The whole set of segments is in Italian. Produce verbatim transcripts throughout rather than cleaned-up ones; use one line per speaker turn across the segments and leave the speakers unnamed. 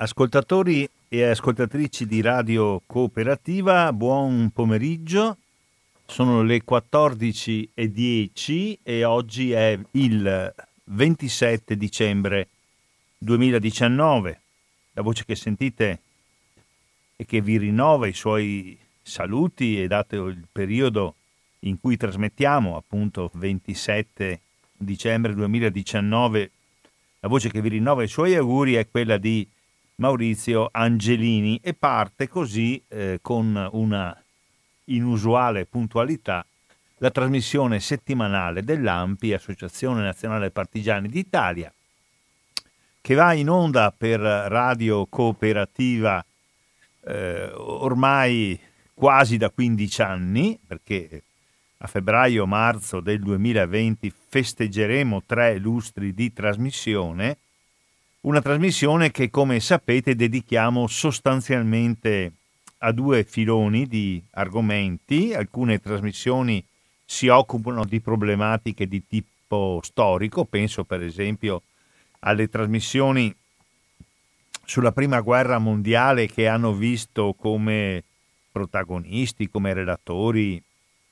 Ascoltatori e ascoltatrici di Radio Cooperativa, buon pomeriggio. Sono le quattordici e dieci e oggi è il ventisette dicembre duemiladiciannove. La voce che sentite e che vi rinnova i suoi saluti, e dato il periodo in cui trasmettiamo, appunto ventisette dicembre duemiladiciannove, la voce che vi rinnova i suoi auguri è quella di Maurizio Angelini, e parte così eh, con una inusuale puntualità la trasmissione settimanale dell'A M P I, Associazione Nazionale Partigiani d'Italia, che va in onda per Radio Cooperativa eh, ormai quasi da quindici anni, perché a febbraio-marzo del duemilaventi festeggeremo tre lustri di trasmissione. Una trasmissione che, come sapete, dedichiamo sostanzialmente a due filoni di argomenti. Alcune trasmissioni si occupano di problematiche di tipo storico, penso per esempio alle trasmissioni sulla Prima Guerra Mondiale, che hanno visto come protagonisti, come relatori,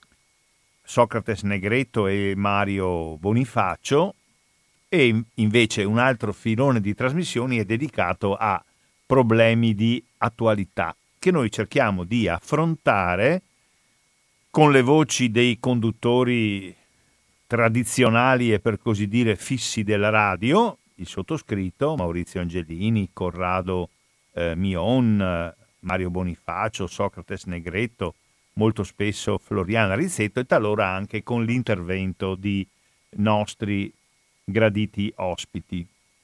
Socrate Negretto e Mario Bonifacio. E invece un altro filone di trasmissioni è dedicato a problemi di attualità, che noi cerchiamo di affrontare con le voci dei conduttori tradizionali e, per così dire, fissi della radio, il sottoscritto, Maurizio Angelini, Corrado eh, Mion, Mario Bonifacio, Socrate Negretto, molto spesso Floriana Rizzetto, e talora anche con l'intervento di nostri graditi ospiti.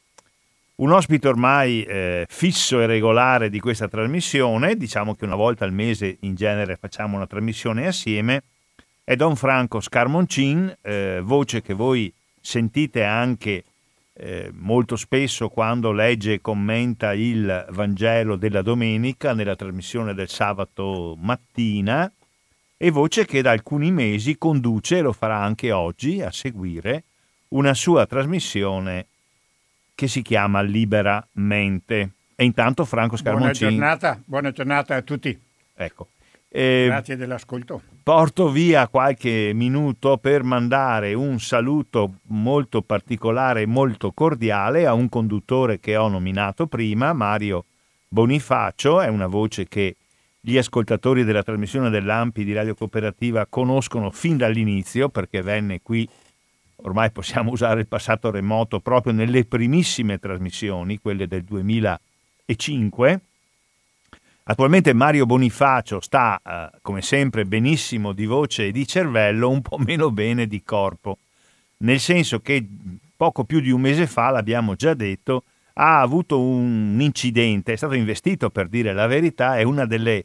Un ospite ormai eh, fisso e regolare di questa trasmissione, diciamo che una volta al mese in genere facciamo una trasmissione assieme, è Don Franco Scarmoncin, eh, voce che voi sentite anche eh, molto spesso quando legge e commenta il Vangelo della domenica nella trasmissione del sabato mattina, e voce che da alcuni mesi conduce, e lo farà anche oggi a seguire, una sua trasmissione che si chiama Liberamente. E intanto Franco Scarmoncin.
Buona giornata, buona giornata a tutti.
Ecco. Eh,
Grazie dell'ascolto.
Porto via qualche minuto per mandare un saluto molto particolare e molto cordiale a un conduttore che ho nominato prima, Mario Bonifacio. È una voce che gli ascoltatori della trasmissione dell'A M P I di Radio Cooperativa conoscono fin dall'inizio, perché venne qui, ormai possiamo usare il passato remoto, proprio nelle primissime trasmissioni, quelle del duemilacinque. Attualmente Mario Bonifacio sta, eh, come sempre, benissimo di voce e di cervello, un po' meno bene di corpo, nel senso che poco più di un mese fa, l'abbiamo già detto, ha avuto un incidente, è stato investito, per dire la verità, è una delle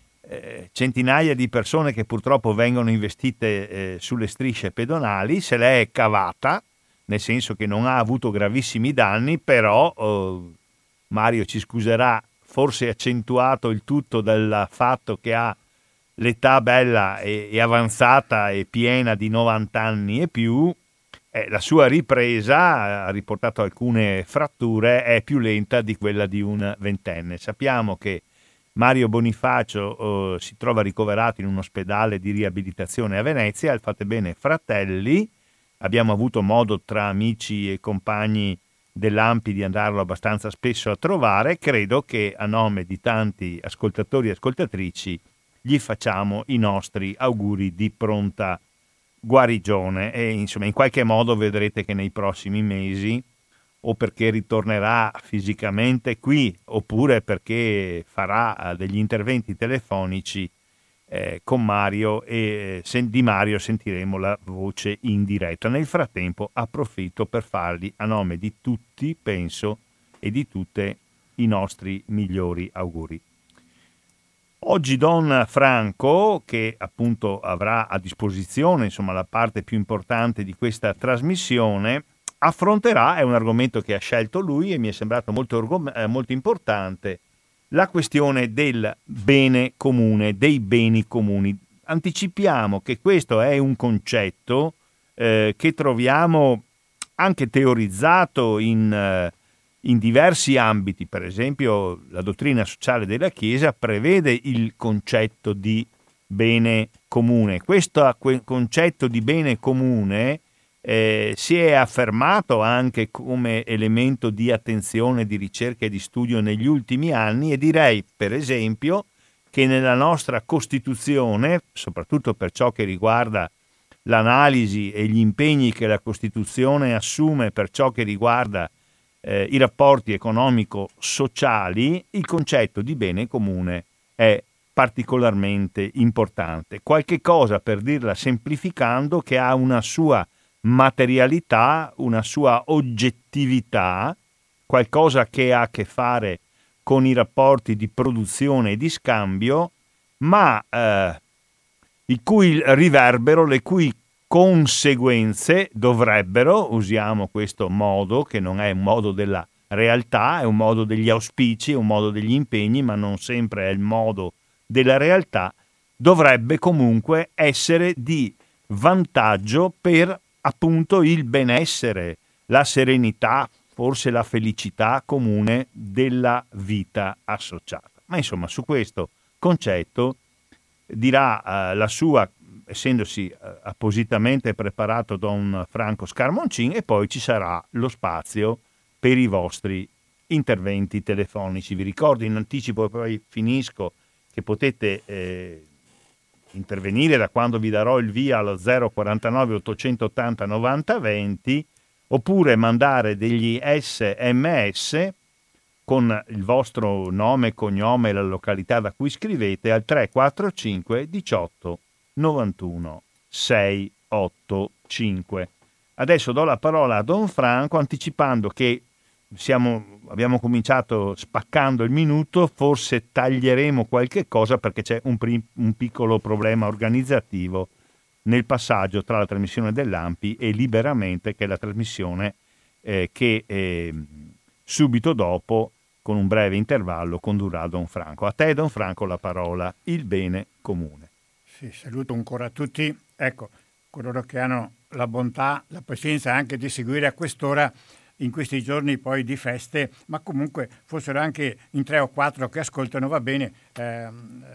Eh, centinaia di persone che purtroppo vengono investite eh, sulle strisce pedonali. Se l'è cavata, nel senso che non ha avuto gravissimi danni, però eh, Mario ci scuserà, forse accentuato il tutto dal fatto che ha l'età bella e, e avanzata e piena di novanta anni e più. Eh, la sua ripresa ha riportato alcune fratture, è più lenta di quella di un ventenne. Sappiamo che Mario Bonifacio eh, si trova ricoverato in un ospedale di riabilitazione a Venezia, al Fate Bene Fratelli. Abbiamo avuto modo tra amici e compagni dell'A M P I di andarlo abbastanza spesso a trovare. Credo che a nome di tanti ascoltatori e ascoltatrici gli facciamo i nostri auguri di pronta guarigione, e insomma in qualche modo vedrete che nei prossimi mesi, o perché ritornerà fisicamente qui, oppure perché farà degli interventi telefonici eh, con Mario, e se, di Mario sentiremo la voce in diretta. Nel frattempo approfitto per fargli, a nome di tutti, penso, e di tutte, i nostri migliori auguri. Oggi Don Franco, che appunto avrà a disposizione insomma la parte più importante di questa trasmissione, affronterà, è un argomento che ha scelto lui e mi è sembrato molto, eh, molto importante, la questione del bene comune, dei beni comuni. Anticipiamo che questo è un concetto eh, che troviamo anche teorizzato in, eh, in diversi ambiti. Per esempio, la dottrina sociale della Chiesa prevede il concetto di bene comune. Questo concetto di bene comune eh, si è affermato anche come elemento di attenzione, di ricerca e di studio negli ultimi anni, e direi, per esempio, che nella nostra Costituzione, soprattutto per ciò che riguarda l'analisi e gli impegni che la Costituzione assume per ciò che riguarda eh, i rapporti economico-sociali, il concetto di bene comune è particolarmente importante. Qualche cosa, per dirla semplificando, che ha una sua materialità, una sua oggettività, qualcosa che ha a che fare con i rapporti di produzione e di scambio, ma eh, il cui riverbero, le cui conseguenze dovrebbero, usiamo questo modo, che non è un modo della realtà, è un modo degli auspici, è un modo degli impegni, ma non sempre è il modo della realtà, dovrebbe comunque essere di vantaggio per appunto il benessere, la serenità, forse la felicità comune della vita associata. Ma insomma, su questo concetto dirà eh, la sua, essendosi eh, appositamente preparato Don Franco Scarmoncin, e poi ci sarà lo spazio per i vostri interventi telefonici. Vi ricordo in anticipo, e poi finisco, che potete eh, intervenire da quando vi darò il via allo zero quarantanove ottocentottanta novanta venti, oppure mandare degli sms con il vostro nome, cognome e la località da cui scrivete al tre quattro cinque diciotto novantuno seicentottantacinque. Adesso do la parola a Don Franco, anticipando che siamo, abbiamo cominciato spaccando il minuto, forse taglieremo qualche cosa perché c'è un, pri- un piccolo problema organizzativo nel passaggio tra la trasmissione dell'A M P I e Liberamente, che è la trasmissione eh, che eh, subito dopo, con un breve intervallo, condurrà Don Franco. A te, Don Franco, la parola, il bene comune.
Sì, saluto ancora a tutti. Ecco, coloro che hanno la bontà, la pazienza anche di seguire a quest'ora in questi giorni poi di feste, ma comunque fossero anche in tre o quattro che ascoltano, va bene. Eh,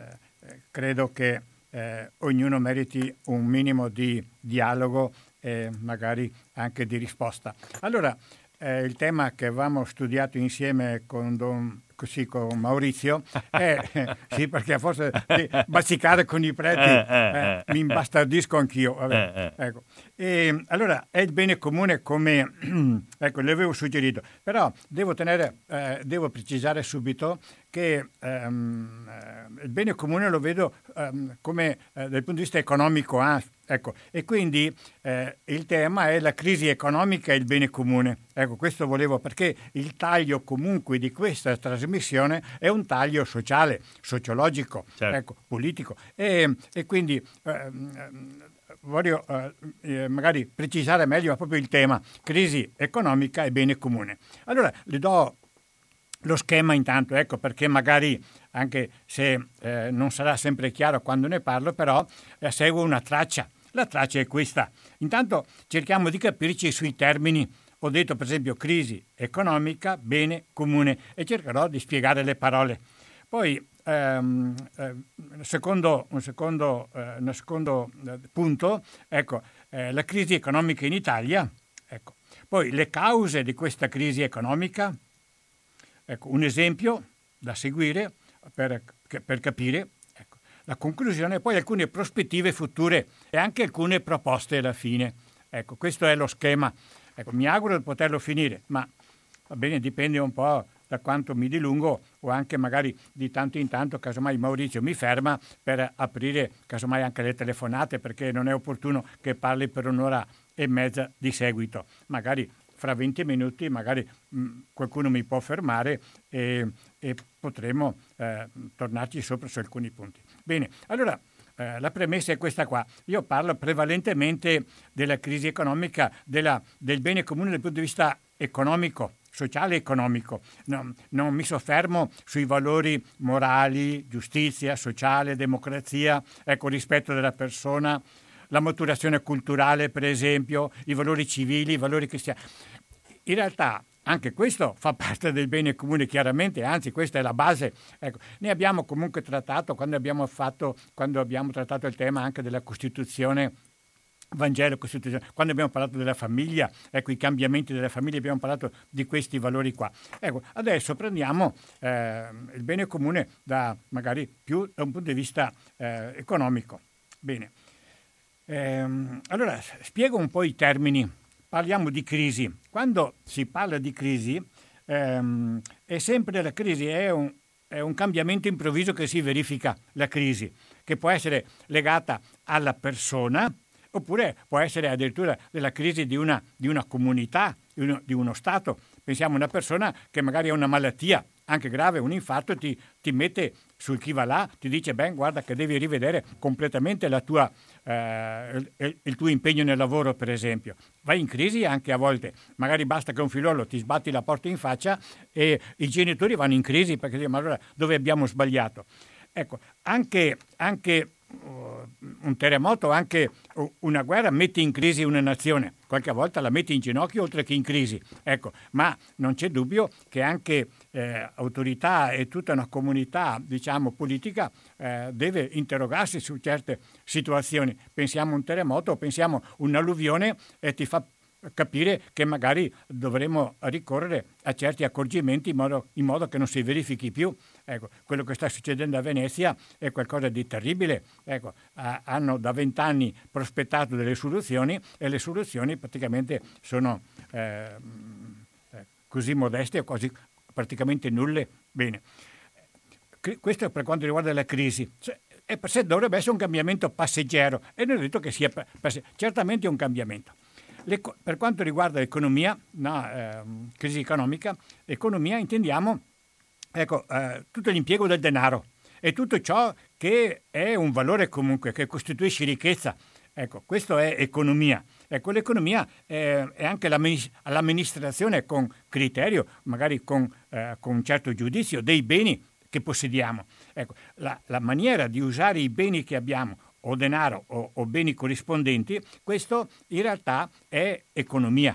eh, credo che eh, ognuno meriti un minimo di dialogo e magari anche di risposta. Allora, eh, il tema che avevamo studiato insieme con Don così con Maurizio è eh, sì, perché forse eh, bazzicare con i preti eh, eh, mi imbastardisco anch'io. Vabbè, eh, eh. Ecco. E, allora è il bene comune, come ecco, le avevo suggerito, però devo tenere eh, devo precisare subito che ehm, eh, il bene comune lo vedo ehm, come eh, dal punto di vista economico, eh, ecco, e quindi eh, il tema è la crisi economica e il bene comune. Ecco, questo volevo, perché il taglio comunque di questa trasmissione è un taglio sociale, sociologico, certo. Ecco, politico, e, e quindi ehm, voglio eh, magari precisare meglio proprio il tema crisi economica e bene comune. Allora le do lo schema intanto, ecco, perché magari anche se eh, non sarà sempre chiaro quando ne parlo, però eh, seguo una traccia. La traccia è questa. Intanto cerchiamo di capirci sui termini. Ho detto per esempio crisi economica, bene comune, e cercherò di spiegare le parole. Poi ehm, eh, un secondo, un secondo, eh, un secondo punto, ecco, eh, la crisi economica in Italia, ecco. Poi le cause di questa crisi economica, ecco, un esempio da seguire per, per capire, ecco, la conclusione, poi alcune prospettive future e anche alcune proposte alla fine. Ecco, questo è lo schema. Ecco, mi auguro di poterlo finire, ma va bene, dipende un po' da quanto mi dilungo, o anche magari di tanto in tanto, casomai Maurizio mi ferma per aprire casomai anche le telefonate, perché non è opportuno che parli per un'ora e mezza di seguito. Magari fra venti minuti magari mh, qualcuno mi può fermare e, e potremo eh, tornarci sopra su alcuni punti. Bene, allora eh, la premessa è questa qua. Io parlo prevalentemente della crisi economica, della, del bene comune dal punto di vista economico, sociale e economico. No, non mi soffermo sui valori morali, giustizia, sociale, democrazia, ecco, rispetto della persona, la maturazione culturale, per esempio, i valori civili, i valori cristiani. In realtà anche questo fa parte del bene comune chiaramente, anzi questa è la base. Ecco, ne abbiamo comunque trattato quando abbiamo fatto, quando abbiamo trattato il tema anche della Costituzione, Vangelo, Costituzione, quando abbiamo parlato della famiglia, ecco, i cambiamenti della famiglia, abbiamo parlato di questi valori qua. Ecco, adesso prendiamo eh, il bene comune da magari più da un punto di vista eh, economico. Bene, ehm, allora spiego un po' i termini. Parliamo di crisi. Quando si parla di crisi, ehm, è sempre la crisi, è un, è un cambiamento improvviso che si verifica, la crisi, che può essere legata alla persona, oppure può essere addirittura della crisi di una, di una comunità, di uno, di uno Stato. Pensiamo a una persona che magari ha una malattia, anche grave, un infarto, ti, ti mette sul chi va là, ti dice, beh, guarda che devi rivedere completamente la tua, eh, il, il tuo impegno nel lavoro, per esempio. Vai in crisi anche a volte, magari basta che un figliolo ti sbatti la porta in faccia e i genitori vanno in crisi perché dicono, ma allora dove abbiamo sbagliato? Ecco, anche... anche un terremoto, anche una guerra mette in crisi una nazione, qualche volta la mette in ginocchio oltre che in crisi, ecco, ma non c'è dubbio che anche eh, autorità e tutta una comunità, diciamo, politica eh, deve interrogarsi su certe situazioni. Pensiamo a un terremoto, pensiamo a un'alluvione e ti fa capire che magari dovremo ricorrere a certi accorgimenti in modo, in modo che non si verifichi più. Ecco, quello che sta succedendo a Venezia è qualcosa di terribile. Ecco, ha, hanno da vent'anni prospettato delle soluzioni e le soluzioni praticamente sono eh, così modeste o quasi praticamente nulle. Bene, questo è per quanto riguarda la crisi. E per sé dovrebbe essere un cambiamento passeggero e non è detto che sia passe- certamente un cambiamento. Le, per quanto riguarda l'economia, no, eh, crisi economica, economia intendiamo ecco, eh, tutto l'impiego del denaro e tutto ciò che è un valore comunque, che costituisce ricchezza. Ecco, questo è economia. Ecco, l'economia eh, è anche l'amministrazione con criterio, magari con, eh, con un certo giudizio dei beni che possediamo. Ecco, la, la maniera di usare i beni che abbiamo, o denaro o, o beni corrispondenti, questo in realtà è economia.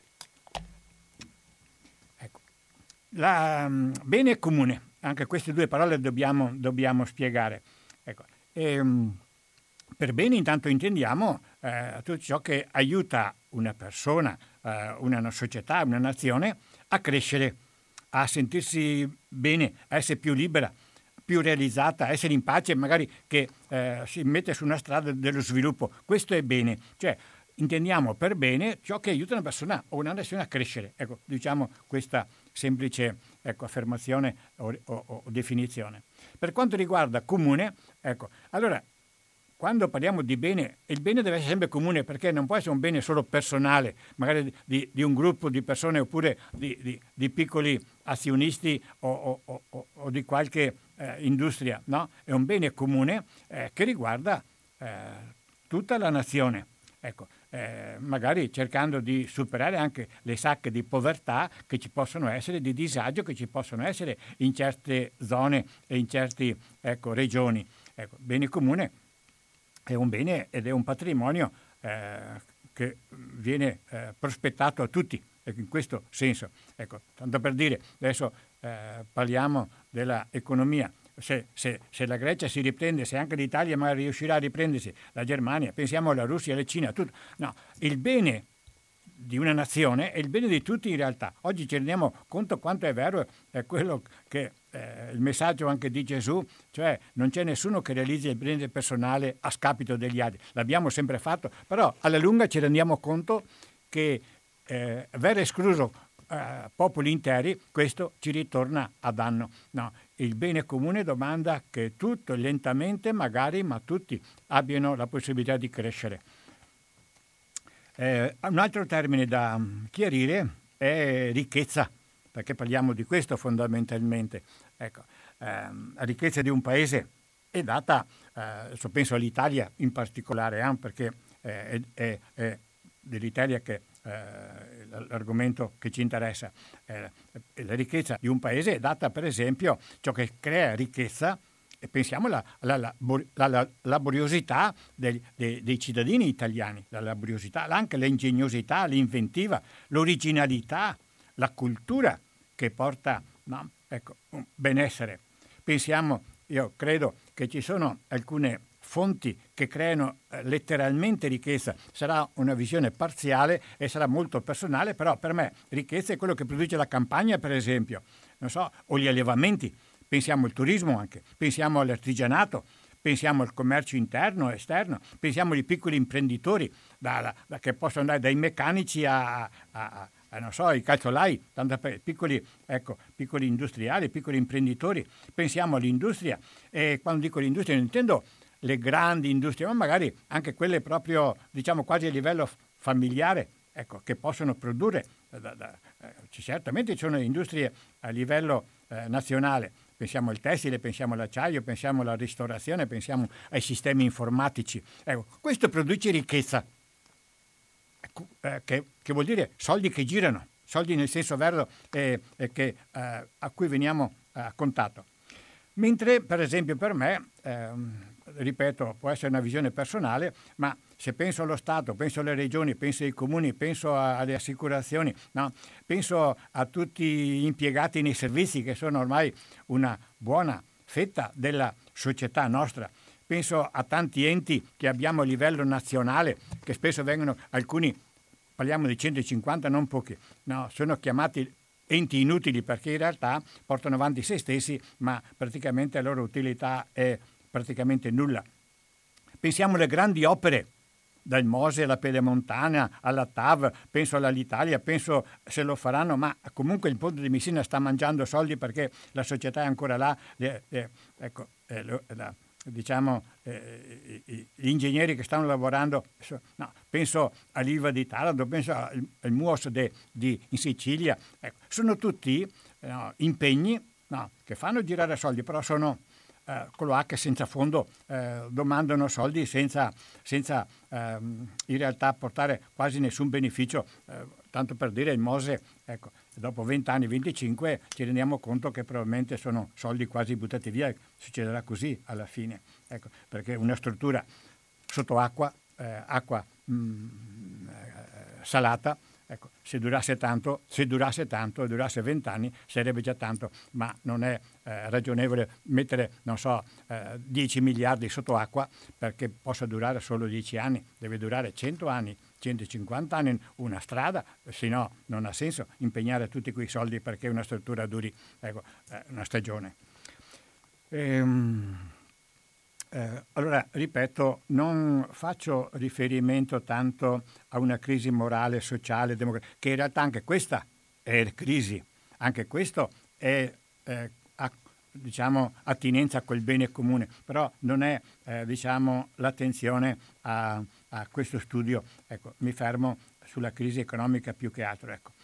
Ecco. La, um, bene comune, anche queste due parole dobbiamo, dobbiamo spiegare. Ecco. E, um, per bene intanto intendiamo eh, tutto ciò che aiuta una persona, eh, una società, una nazione a crescere, a sentirsi bene, a essere più libera, più realizzata, essere in pace, magari che eh, si mette su una strada dello sviluppo. Questo è bene, cioè intendiamo per bene ciò che aiuta una persona o una nazione a crescere. Ecco, diciamo questa semplice ecco, affermazione o, o, o definizione. Per quanto riguarda comune, ecco, allora quando parliamo di bene, il bene deve essere sempre comune, perché non può essere un bene solo personale, magari di, di un gruppo di persone oppure di, di, di piccoli azionisti o, o, o, o di qualche eh, industria, no? È un bene comune eh, che riguarda eh, tutta la nazione. Ecco, eh, magari cercando di superare anche le sacche di povertà che ci possono essere, di disagio che ci possono essere in certe zone e in certe ecco, regioni. Ecco, bene comune è un bene ed è un patrimonio eh, che viene eh, prospettato a tutti, ecco, in questo senso. Ecco, tanto per dire, adesso eh, parliamo dell'economia. Se, se, se la Grecia si riprende, se anche l'Italia magari riuscirà a riprendersi, la Germania, pensiamo alla Russia, alla Cina, tutto. No, il bene di una nazione è il bene di tutti in realtà. Oggi ci rendiamo conto quanto è vero è quello che eh, il messaggio anche di Gesù, cioè non c'è nessuno che realizzi il bene personale a scapito degli altri. L'abbiamo sempre fatto, però alla lunga ci rendiamo conto che eh, aver escluso eh, popoli interi, questo ci ritorna a danno. No, il bene comune domanda che tutto lentamente, magari, ma tutti abbiano la possibilità di crescere. Eh, un altro termine da chiarire è ricchezza, perché parliamo di questo fondamentalmente. Ecco, ehm, la ricchezza di un paese è data, eh, penso all'Italia in particolare, eh, perché eh, è, è, è dell'Italia che eh, l'argomento che ci interessa. Eh, la ricchezza di un paese è data, per esempio, ciò che crea ricchezza. E pensiamo alla, alla, alla, alla laboriosità dei, dei, dei cittadini italiani, la laboriosità, anche l'ingegnosità, l'inventiva, l'originalità, la cultura che porta, no, ecco, un benessere. Pensiamo, io credo che ci sono alcune fonti che creano eh, letteralmente ricchezza. Sarà una visione parziale e sarà molto personale, però per me ricchezza è quello che produce la campagna, per esempio, non so, o gli allevamenti. Pensiamo al turismo anche, pensiamo all'artigianato, pensiamo al commercio interno e esterno, pensiamo ai piccoli imprenditori da, da, che possono andare dai meccanici a, a, a, a non so, i calzolai, tanto per piccoli, ecco, piccoli industriali, piccoli imprenditori. Pensiamo all'industria, e quando dico l'industria non intendo le grandi industrie, ma magari anche quelle proprio, diciamo, quasi a livello familiare, ecco, che possono produrre. Da, da, eh, certamente ci sono industrie a livello eh, nazionale. Pensiamo al tessile, pensiamo all'acciaio, pensiamo alla ristorazione, pensiamo ai sistemi informatici. Ecco, questo produce ricchezza, ecco, eh, che, che vuol dire soldi che girano, soldi nel senso vero eh, eh, che, eh, a cui veniamo a contatto. Mentre, per esempio, per me, ehm, ripeto, può essere una visione personale, ma se penso allo Stato, penso alle regioni, penso ai comuni, penso a, alle assicurazioni, no? Penso a tutti gli impiegati nei servizi, che sono ormai una buona fetta della società nostra. Penso a tanti enti che abbiamo a livello nazionale, che spesso vengono, alcuni, parliamo di centocinquanta, non pochi, no? Sono chiamati enti inutili perché in realtà portano avanti se stessi, ma praticamente la loro utilità è praticamente nulla. Pensiamo alle grandi opere, dal Mose alla Pedemontana, alla T A V, penso all'Alitalia, penso se lo faranno, ma comunque il Ponte di Messina sta mangiando soldi perché la società è ancora là, eh, eh, ecco, eh, la, diciamo, eh, gli ingegneri che stanno lavorando, no, penso all'Ilva di Taranto, penso al, al M U O S de, di, in Sicilia, ecco, sono tutti no, impegni no, che fanno girare soldi, però sono eh, cloache senza fondo, eh, domandano soldi senza, senza ehm, in realtà portare quasi nessun beneficio, eh, tanto per dire il Mose, ecco, dopo venti anni, venticinque, ci rendiamo conto che probabilmente sono soldi quasi buttati via, succederà così alla fine, ecco, perché una struttura sotto acqua, eh, acqua mh, eh, salata, ecco, se durasse tanto, se durasse tanto, durasse vent'anni, sarebbe già tanto, ma non è eh, ragionevole mettere, non so, eh, dieci miliardi sotto acqua perché possa durare solo dieci anni, deve durare cento anni, centocinquanta anni una strada, se no non ha senso impegnare tutti quei soldi perché una struttura duri, ecco, eh, una stagione. Ehm, eh, allora, ripeto, non faccio riferimento tanto a una crisi morale, sociale, democratica, che in realtà anche questa è crisi, anche questo è eh, a, diciamo, attinenza col bene comune, però non è eh, diciamo, l'attenzione a, a questo studio, ecco, mi fermo sulla crisi economica più che altro. Ecco.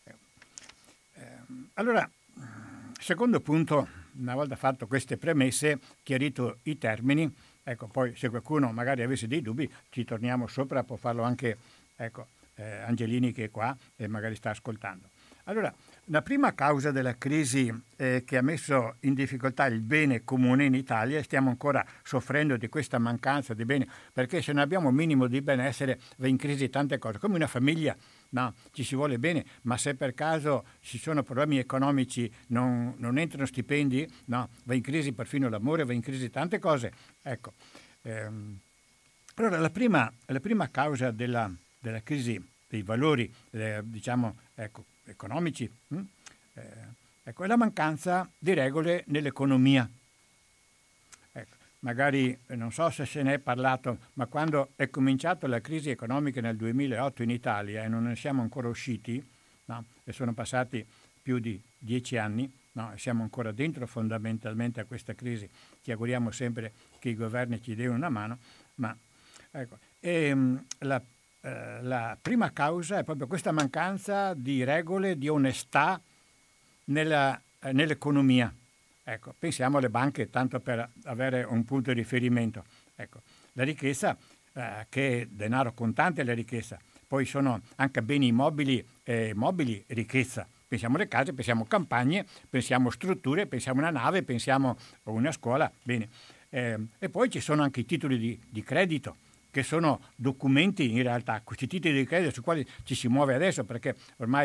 Eh, allora, secondo punto, una volta fatto queste premesse, chiarito i termini, ecco, poi se qualcuno magari avesse dei dubbi ci torniamo sopra, può farlo anche ecco, eh, Angelini che è qua e magari sta ascoltando. Allora, la prima causa della crisi eh, che ha messo in difficoltà il bene comune in Italia, stiamo ancora soffrendo di questa mancanza di bene, perché se non abbiamo un minimo di benessere va in crisi tante cose, come una famiglia, no, ci si vuole bene, ma se per caso ci sono problemi economici, non, non entrano stipendi, no, va in crisi perfino l'amore, va in crisi tante cose. Ecco. Ehm, allora, la prima, la prima causa della, della crisi dei valori, eh, diciamo, ecco, economici, hm? eh, ecco, è la mancanza di regole nell'economia. Ecco, magari non so se se ne è parlato, ma quando è cominciata la crisi economica nel duemilaotto in Italia e non ne siamo ancora usciti, no? E sono passati più di dieci anni, no? E siamo ancora dentro fondamentalmente a questa crisi. Ci auguriamo sempre che i governi ci diano una mano, ma ecco, e, la la prima causa è proprio questa mancanza di regole, di onestà nella, eh, nell'economia. Ecco, pensiamo alle banche, tanto per avere un punto di riferimento. Ecco, la ricchezza, eh, che è denaro contante è la ricchezza, poi sono anche beni immobili e mobili ricchezza. Pensiamo alle case, pensiamo campagne, pensiamo strutture, pensiamo una nave, pensiamo a una scuola, bene. Eh, e poi ci sono anche i titoli di, di credito, che sono documenti in realtà, questi titoli di credito sui quali ci si muove adesso, perché ormai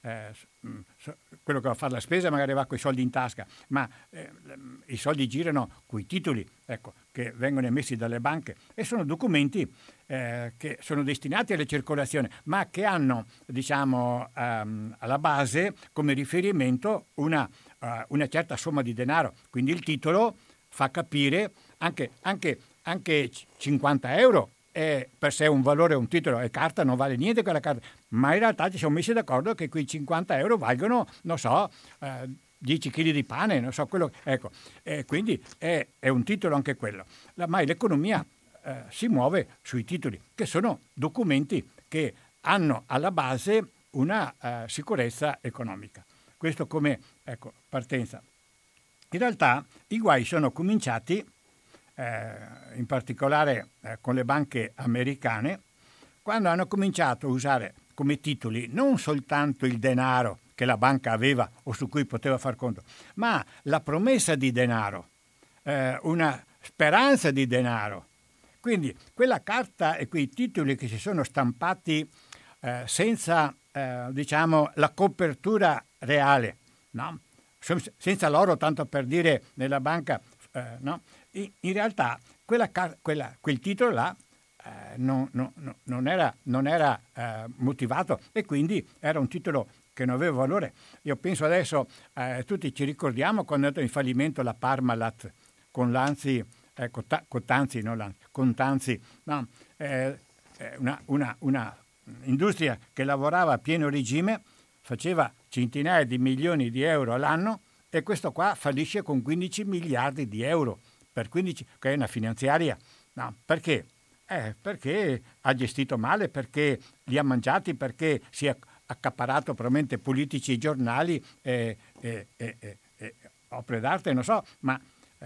eh, quello che va a fare la spesa magari va con i soldi in tasca, ma eh, i soldi girano coi titoli, ecco, che vengono emessi dalle banche, e sono documenti eh, che sono destinati alla circolazione, ma che hanno, diciamo, ehm, alla base come riferimento una, uh, una certa somma di denaro. Quindi il titolo fa capire anche, anche, anche cinquanta euro è per sé un valore, un titolo, è carta, non vale niente quella carta, ma in realtà ci siamo messi d'accordo che quei cinquanta euro valgono, non so, eh, dieci chili di pane, non so, quello, ecco, eh, quindi è, è un titolo anche quello. La, ma l'economia eh, si muove sui titoli, che sono documenti che hanno alla base una eh, sicurezza economica. Questo come, ecco, partenza. In realtà i guai sono cominciati Eh, in particolare eh, con le banche americane, quando hanno cominciato a usare come titoli non soltanto il denaro che la banca aveva o su cui poteva far conto, ma la promessa di denaro, eh, una speranza di denaro. Quindi quella carta e quei titoli che si sono stampati eh, senza eh, diciamo la copertura reale, no? Senza l'oro, tanto per dire, nella banca, eh, no? In realtà quella, quella, quel titolo là eh, non, non, non era, non era eh, motivato, e quindi era un titolo che non aveva valore. Io penso adesso, eh, tutti ci ricordiamo quando è andato in fallimento la Parmalat con Lanzi, eh, Cota, Cotanzi, no, Lanzi, Contanzi, no, eh, una, una, una industria che lavorava a pieno regime, faceva centinaia di milioni di euro all'anno, e questo qua fallisce con quindici miliardi di euro. Per quindici, che è una finanziaria, no, perché? Eh, perché ha gestito male, perché li ha mangiati, perché si è accaparato probabilmente politici, giornali e, e, e, e, e opere d'arte, non so, ma eh,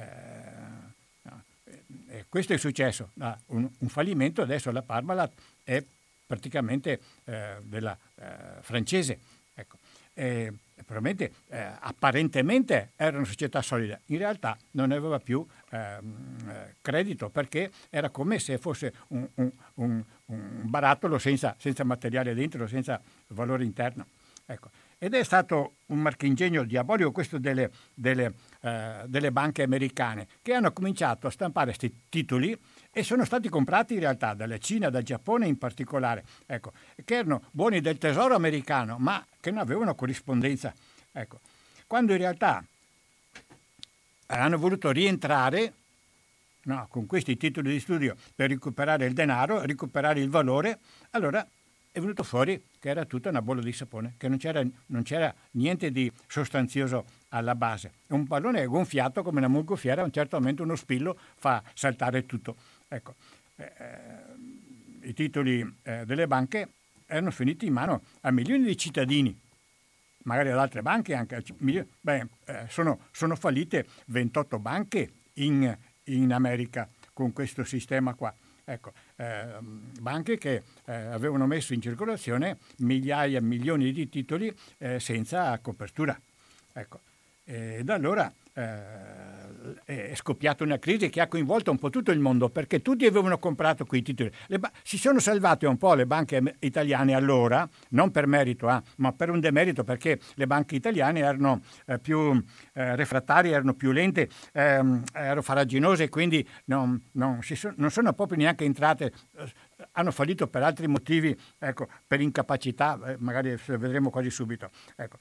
no, eh, questo è successo, no, un, un fallimento. Adesso la Parmalat è praticamente eh, della eh, francese, ecco. Eh, probabilmente eh, apparentemente era una società solida, in realtà non aveva più ehm, credito, perché era come se fosse un, un, un, un barattolo senza, senza materiale dentro, senza valore interno, ecco. Ed è stato un marchingegno diabolico questo delle, delle, eh, delle banche americane, che hanno cominciato a stampare questi titoli, e sono stati comprati in realtà dalla Cina, dal Giappone in particolare, ecco, che erano buoni del tesoro americano, ma che non avevano corrispondenza, ecco. Quando in realtà hanno voluto rientrare, no, con questi titoli di studio per recuperare il denaro, recuperare il valore, allora è venuto fuori che era tutta una bolla di sapone, che non c'era, non c'era niente di sostanzioso alla base. Un pallone gonfiato come una mongolfiera, a un certo momento uno spillo fa saltare tutto. Ecco, eh, i titoli eh, delle banche erano finiti in mano a milioni di cittadini, magari ad altre banche anche. Beh, eh, sono, sono fallite ventotto banche in, in America con questo sistema qua. Ecco, eh, banche che eh, avevano messo in circolazione migliaia, milioni di titoli eh, senza copertura. Ecco, e da allora eh, è scoppiata una crisi che ha coinvolto un po' tutto il mondo, perché tutti avevano comprato quei titoli. Le ba- si sono salvate un po' le banche italiane allora, non per merito, eh, ma per un demerito, perché le banche italiane erano eh, più eh, refrattarie, erano più lente, ehm, erano farraginose, quindi non, non, si so- non sono proprio neanche entrate, eh, hanno fallito per altri motivi, ecco, per incapacità, eh, magari vedremo quasi subito. Ecco.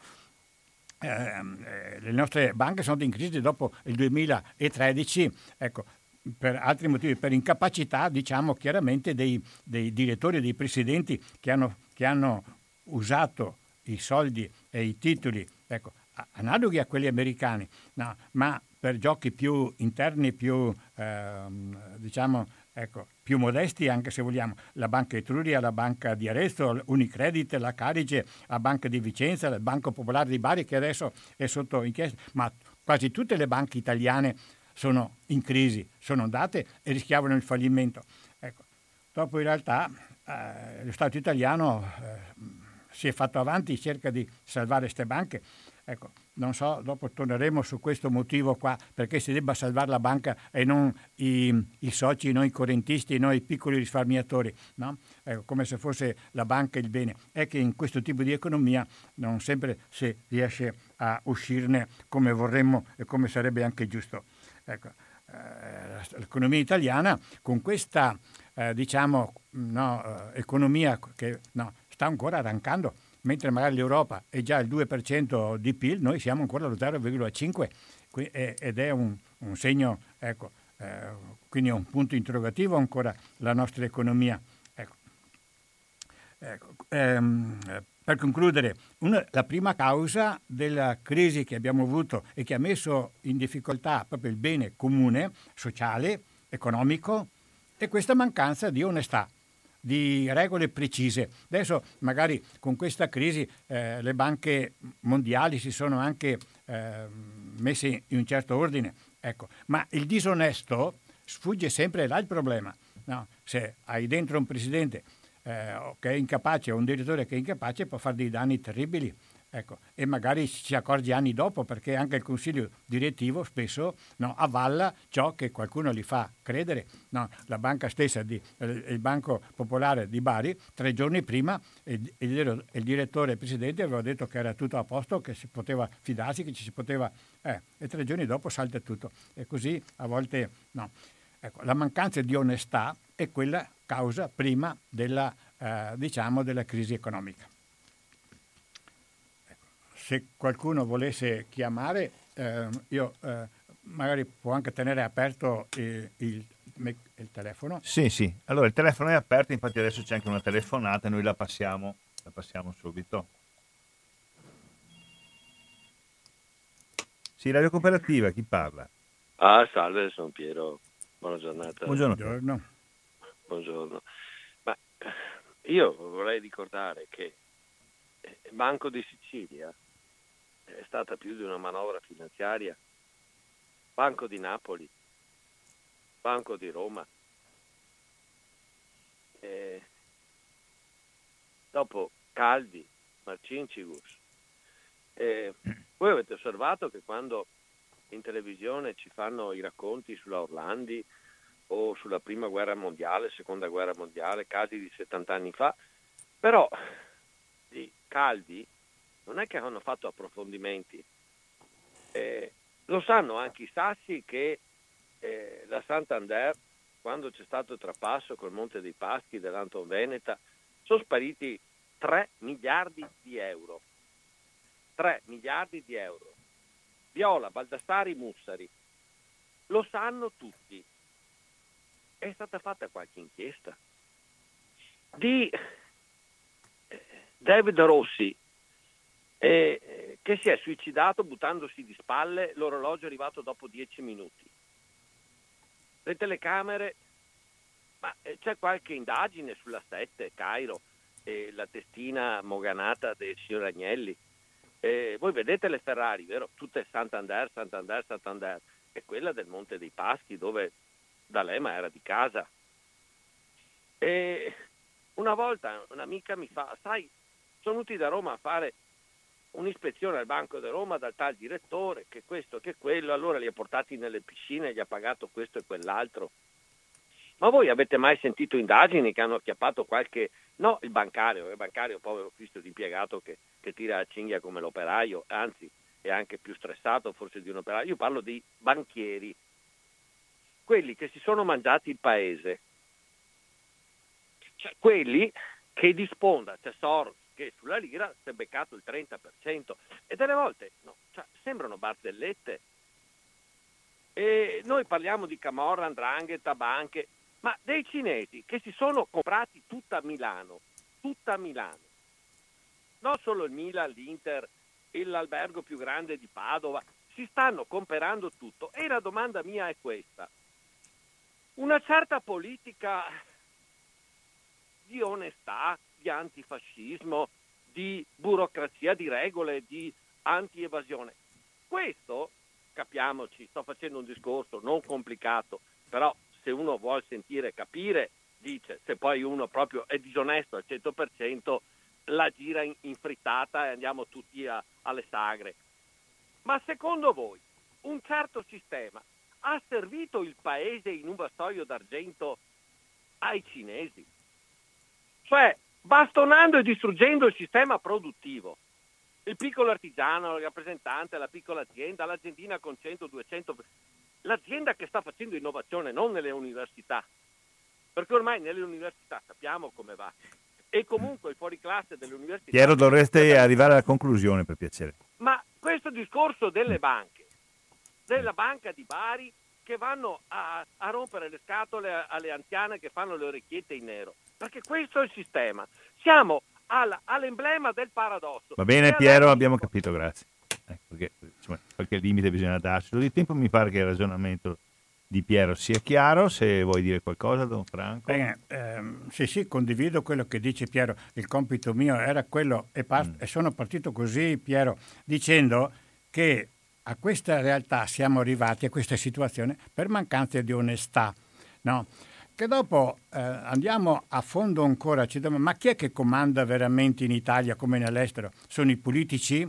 Eh, le nostre banche sono in crisi dopo il duemilatredici, ecco, per altri motivi, per incapacità, diciamo chiaramente, dei, dei direttori e dei presidenti che hanno, che hanno usato i soldi e i titoli, ecco, analoghi a quelli americani, no, ma per giochi più interni, più ehm, diciamo, ecco, più modesti, anche se vogliamo. La Banca Etruria, la Banca di Arezzo, Unicredit, la Carige, la Banca di Vicenza, il Banco Popolare di Bari, che adesso è sotto inchiesta, ma quasi tutte le banche italiane sono in crisi, sono andate e rischiavano il fallimento. Ecco. Dopo in realtà eh, lo Stato italiano eh, si è fatto avanti, cerca di salvare queste banche, Ecco, non so, dopo torneremo su questo motivo qua, perché si debba salvare la banca e non i, i soci, noi correntisti, noi piccoli risparmiatori, no? Ecco, come se fosse la banca il bene. È che in questo tipo di economia non sempre si riesce a uscirne come vorremmo e come sarebbe anche giusto. Ecco, eh, l'economia italiana con questa eh, diciamo no, eh, economia che no, sta ancora arrancando, mentre magari l'Europa è già il due per cento di P I L, noi siamo ancora allo zero virgola cinque ed è un, un segno, ecco, eh, quindi è un punto interrogativo ancora la nostra economia. Ecco. Ecco, ehm, per concludere, una, la prima causa della crisi che abbiamo avuto e che ha messo in difficoltà proprio il bene comune, sociale, economico, è questa mancanza di onestà, di regole precise. Adesso magari con questa crisi eh, le banche mondiali si sono anche eh, messe in un certo ordine, ecco. Ma il disonesto sfugge sempre là il problema, no? Se hai dentro un presidente eh, che è incapace o un direttore che è incapace può fare dei danni terribili. Ecco, e magari ci accorgi anni dopo, perché anche il consiglio direttivo spesso no, avvalla ciò che qualcuno gli fa credere. No, la banca stessa, di, eh, il Banco Popolare di Bari, tre giorni prima il, il, il direttore e il presidente aveva detto che era tutto a posto, che si poteva fidarsi, che ci si poteva... Eh, e tre giorni dopo salta tutto. E così a volte no. Ecco, la mancanza di onestà è quella causa prima della, eh, diciamo, della crisi economica. Se qualcuno volesse chiamare, eh, io eh, magari può anche tenere aperto il, il, il telefono.
Sì, sì. Allora il telefono è aperto, infatti adesso c'è anche una telefonata e noi la passiamo, la passiamo subito. Sì, Radio Cooperativa, chi parla?
Ah, salve, sono Piero. Buona giornata.
Buongiorno.
Buongiorno.
Buongiorno. Ma io vorrei ricordare che il Banco di Sicilia è stata più di una manovra finanziaria, Banco di Napoli, Banco di Roma. E dopo Caldi, Marcinicius. E voi avete osservato che quando in televisione ci fanno i racconti sulla Orlandi o sulla prima guerra mondiale, seconda guerra mondiale, casi di settanta anni fa, però di Caldi non è che hanno fatto approfondimenti, eh, lo sanno anche i sassi che eh, la Santander, quando c'è stato il trapasso col Monte dei Paschi dell'Anton Veneta, sono spariti tre miliardi di euro. tre miliardi di euro. Viola, Baldassari, Mussari. Lo sanno tutti. È stata fatta qualche inchiesta. Di David Rossi, eh, che si è suicidato buttandosi di spalle, l'orologio è arrivato dopo dieci minuti. Le telecamere, ma eh, c'è qualche indagine sulla sette, Cairo, e la testina moganata del signor Agnelli. Eh, voi vedete le Ferrari, vero? Tutte Santander, Santander, Santander. E quella del Monte dei Paschi, dove D'Alema era di casa. E una volta un'amica mi fa, sai, sono venuti da Roma a fare un'ispezione al Banco di Roma dal tal direttore, che questo, che quello, allora li ha portati nelle piscine, gli ha pagato questo e quell'altro. Ma voi avete mai sentito indagini che hanno acchiappato qualche... No, il bancario, il bancario povero Cristo di impiegato che, che tira la cinghia come l'operaio, anzi è anche più stressato forse di un operaio. Io parlo di banchieri, quelli che si sono mangiati il paese, cioè quelli che di sponda c'è Soros che sulla lira si è beccato il trenta per cento e delle volte no, cioè, sembrano barzellette. E noi parliamo di Camorra, 'ndrangheta, banche, ma dei cinesi che si sono comprati tutta Milano, tutta Milano, non solo il Milan, l'Inter, l'albergo più grande di Padova, si stanno comprando tutto. E la domanda mia è questa: una certa politica di onestà, di antifascismo, di burocrazia, di regole, di anti-evasione, questo, capiamoci, sto facendo un discorso non complicato, però se uno vuol sentire capire, dice, se poi uno proprio è disonesto al cento per cento, la gira in, in frittata e andiamo tutti a, alle sagre. Ma secondo voi un certo sistema ha servito il paese in un vassoio d'argento ai cinesi? Cioè, bastonando e distruggendo il sistema produttivo, il piccolo artigiano, il rappresentante, la piccola azienda, l'aziendina con cento duecento, l'azienda che sta facendo innovazione, non nelle università, perché ormai nelle università sappiamo come va, e comunque il fuoriclasse delle università...
Piero, dovreste arrivare alla conclusione, per piacere.
Ma questo discorso delle banche, della banca di Bari, che vanno a, a rompere le scatole alle anziane che fanno le orecchiette in nero, perché questo è il sistema. Siamo alla, all'emblema del paradosso.
Va bene,
e
Piero,
adesso...
abbiamo capito, grazie. Ecco, perché, insomma, qualche limite bisogna darci. Di tempo mi pare che il ragionamento di Piero sia chiaro. Se vuoi dire qualcosa, Don Franco.
Bene, ehm, sì, sì, condivido quello che dice Piero. Il compito mio era quello, e, part- mm. e sono partito così, Piero, dicendo che a questa realtà siamo arrivati, a questa situazione, per mancanza di onestà, no? Che dopo eh, andiamo a fondo ancora, ci diciamo, ma chi è che comanda veramente in Italia come nell'estero? Sono i politici?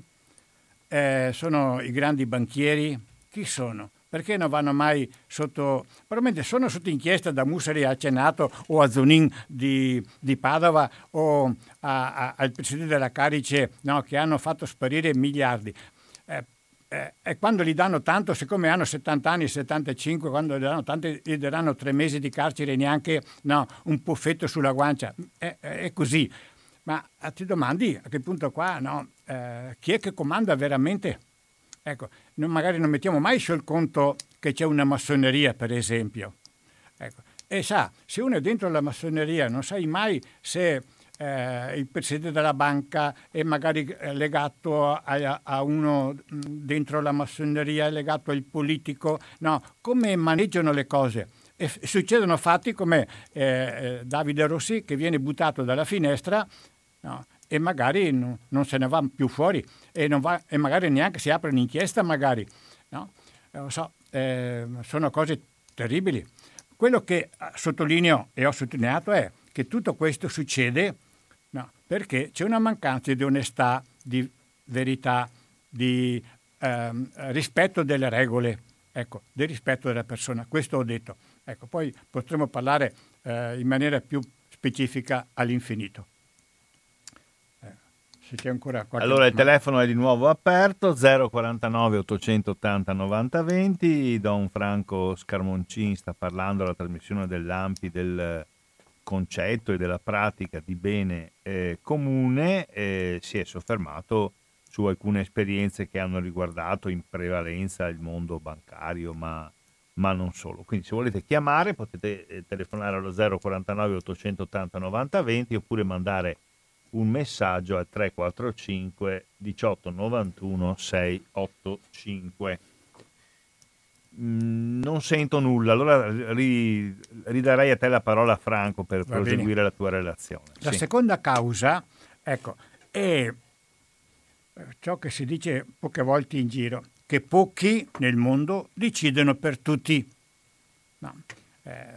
Eh, sono i grandi banchieri? Chi sono? Perché non vanno mai sotto, probabilmente sono sotto inchiesta da Mussari al Senato o a Zonin di, di Padova o a, a, al presidente della Carice, no, che hanno fatto sparire miliardi. Eh, Eh, e quando gli danno tanto, siccome hanno settanta anni, settantacinque, quando gli danno tanto gli daranno tre mesi di carcere e neanche no, un puffetto sulla guancia, è, è così. Ma ti domandi a che punto qua, no, eh, chi è che comanda veramente? Ecco, non, magari non mettiamo mai sul conto che c'è una massoneria, per esempio. Ecco. E sa, se uno è dentro la massoneria non sai mai se Eh, il presidente della banca è magari legato a, a uno dentro la massoneria, è legato al politico, no, come maneggiano le cose. E f- succedono fatti come eh, Davide Rossi che viene buttato dalla finestra, no, e magari no, non se ne va più fuori e, non va, e magari neanche si apre un'inchiesta, magari, no? Eh, lo so, eh, sono cose terribili. Quello che sottolineo e ho sottolineato è che tutto questo succede no, perché c'è una mancanza di onestà, di verità, di ehm, rispetto delle regole, ecco, del rispetto della persona. Questo ho detto. Ecco, poi potremo parlare eh, in maniera più specifica all'infinito. Eh, se c'è ancora qualche...
Allora il telefono è di nuovo aperto, zero quarantanove ottocentottanta novanta venti. Don Franco Scarmoncin sta parlando alla trasmissione dell'A M P I del concetto e della pratica di bene eh, comune, eh, si è soffermato su alcune esperienze che hanno riguardato in prevalenza il mondo bancario, ma, ma non solo. Quindi se volete chiamare potete eh, telefonare allo zero quarantanove ottocentottanta novanta venti oppure mandare un messaggio al tre quattro cinque diciotto novantuno seicentottantacinque. Non sento nulla, allora ri, ridarei a te la parola, a Franco, per Va proseguire bene. La tua relazione.
La
sì.
seconda causa, ecco, è ciò che si dice poche volte in giro, che pochi nel mondo decidono per tutti. No. Eh,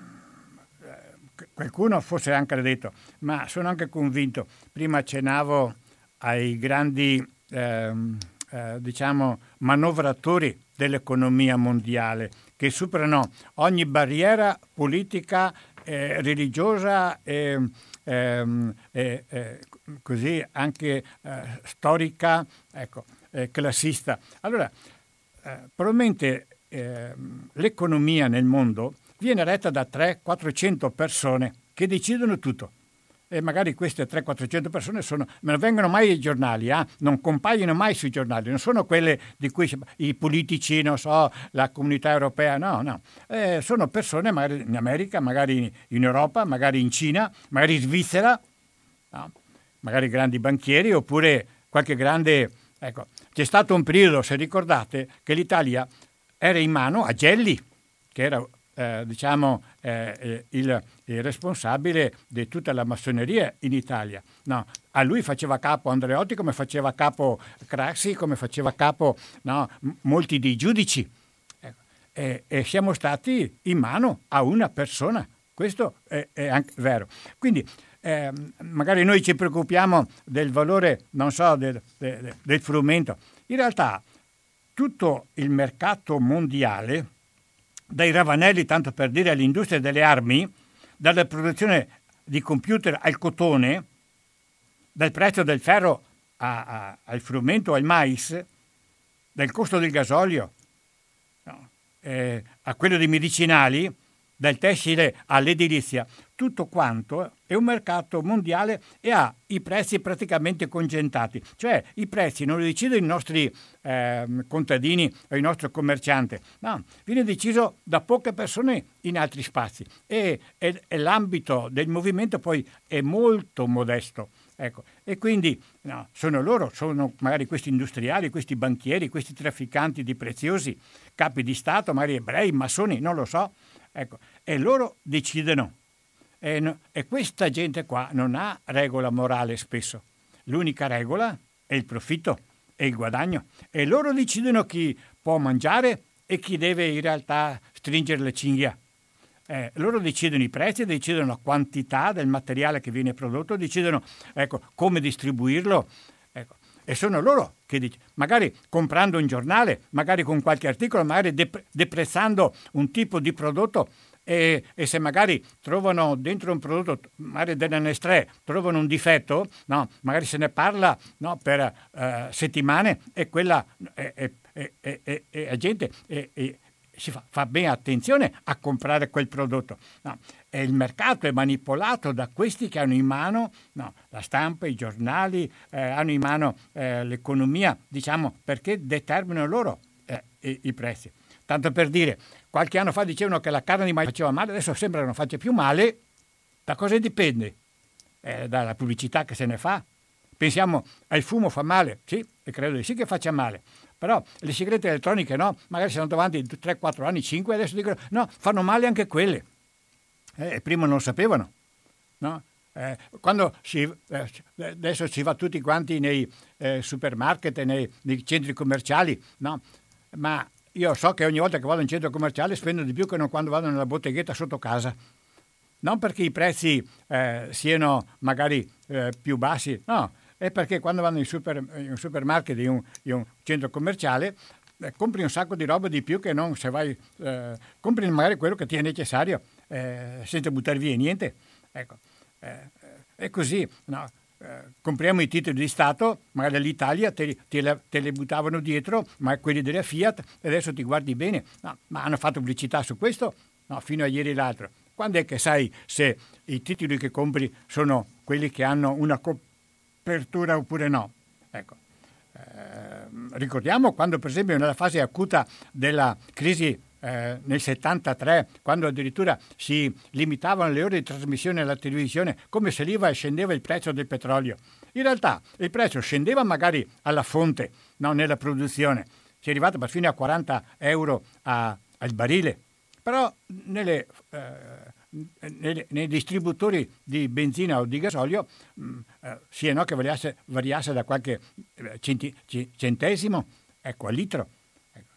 qualcuno forse anche l'ha detto, ma sono anche convinto, prima accennavo ai grandi ehm, eh, diciamo manovratori dell'economia mondiale che superano ogni barriera politica, eh, religiosa e eh, eh, eh, così anche eh, storica, ecco, eh, classista. Allora, eh, probabilmente eh, l'economia nel mondo viene retta da trecento quattrocento persone che decidono tutto. E magari queste trecento quattrocento persone sono, non vengono mai ai giornali, eh? Non compaiono mai sui giornali, non sono quelle di cui i politici, non so, la comunità europea, no, no. Eh, sono persone magari in America, magari in Europa, magari in Cina, magari in Svizzera, no? Magari grandi banchieri oppure qualche grande... Ecco, c'è stato un periodo, se ricordate, che l'Italia era in mano a Gelli, che era... Eh, diciamo eh, il, il responsabile di tutta la massoneria in Italia. No, a lui faceva capo Andreotti come faceva capo Craxi, come faceva capo no, m- molti dei giudici. Ecco. E, e siamo stati in mano a una persona. Questo è, è anche vero. Quindi eh, magari noi ci preoccupiamo del valore, non so, del, del, del frumento. In realtà tutto il mercato mondiale, dai ravanelli, tanto per dire, all'industria delle armi, dalla produzione di computer al cotone, dal prezzo del ferro a, a, al frumento, al mais, dal costo del gasolio, no, eh, a quello dei medicinali, dal tessile all'edilizia, tutto quanto è un mercato mondiale e ha i prezzi praticamente congentati, cioè i prezzi non li decidono i nostri eh, contadini o i nostri commercianti, no, viene deciso da poche persone in altri spazi e, e, e l'ambito del movimento poi è molto modesto. Ecco, e quindi no, sono loro, sono magari questi industriali, questi banchieri, questi trafficanti di preziosi, capi di Stato, magari ebrei, massoni, non lo so, ecco, e loro decidono. E, no, e questa gente qua non ha regola morale spesso. L'unica regola è il profitto e il guadagno. E loro decidono chi può mangiare e chi deve in realtà stringere le cinghia. Eh, loro decidono i prezzi, decidono la quantità del materiale che viene prodotto, decidono ecco, come distribuirlo. Ecco. E sono loro che dic- magari comprando un giornale, magari con qualche articolo, magari dep- deprezzando un tipo di prodotto e, e se magari trovano dentro un prodotto, magari della Nestlé, trovano un difetto, no, magari se ne parla no, per uh, settimane e quella e, e, e, e, e la gente e, e, si fa, fa bene attenzione a comprare quel prodotto. No, e il mercato è manipolato da questi che hanno in mano no, la stampa, i giornali, eh, hanno in mano eh, l'economia, diciamo, perché determinano loro eh, i, i prezzi. Tanto per dire, qualche anno fa dicevano che la carne di maiale faceva male, adesso sembra che non faccia più male. Da cosa dipende? Eh, dalla pubblicità che se ne fa. Pensiamo, il fumo fa male? Sì, e credo di sì che faccia male. Però le sigarette elettroniche no, magari sono andate avanti tre quattro anni, cinque, adesso dicono no, fanno male anche quelle. Eh, prima non lo sapevano. No? Eh, quando si, eh, adesso si va tutti quanti nei eh, supermarket, nei, nei centri commerciali, no? Ma io so che ogni volta che vado in centro commerciale spendo di più che non quando vado nella botteghetta sotto casa. Non perché i prezzi eh, siano magari eh, più bassi, no, è perché quando vanno in, super, in un supermarket, in un, in un centro commerciale, eh, compri un sacco di roba di più che non se vai, eh, compri magari quello che ti è necessario eh, senza buttare via niente. Ecco, eh, è così, no? Eh, compriamo i titoli di Stato, magari all'Italia te, te, la, te le buttavano dietro, ma quelli della Fiat, e adesso ti guardi bene, no, ma hanno fatto pubblicità su questo? No, fino a ieri l'altro. Quando è che sai se i titoli che compri sono quelli che hanno una copertura oppure no? Ecco. Eh, ricordiamo quando per esempio nella fase acuta della crisi eh, nel settantatré, quando addirittura si limitavano le ore di trasmissione alla televisione, come saliva e scendeva il prezzo del petrolio. In realtà il prezzo scendeva magari alla fonte, no, nella produzione. Si è arrivato perfino a quaranta euro a, al barile. Però nelle, eh, nelle, nei distributori di benzina o di gasolio mh, eh, sia no che variasse, variasse da qualche centi, centesimo ecco, al litro. Ecco.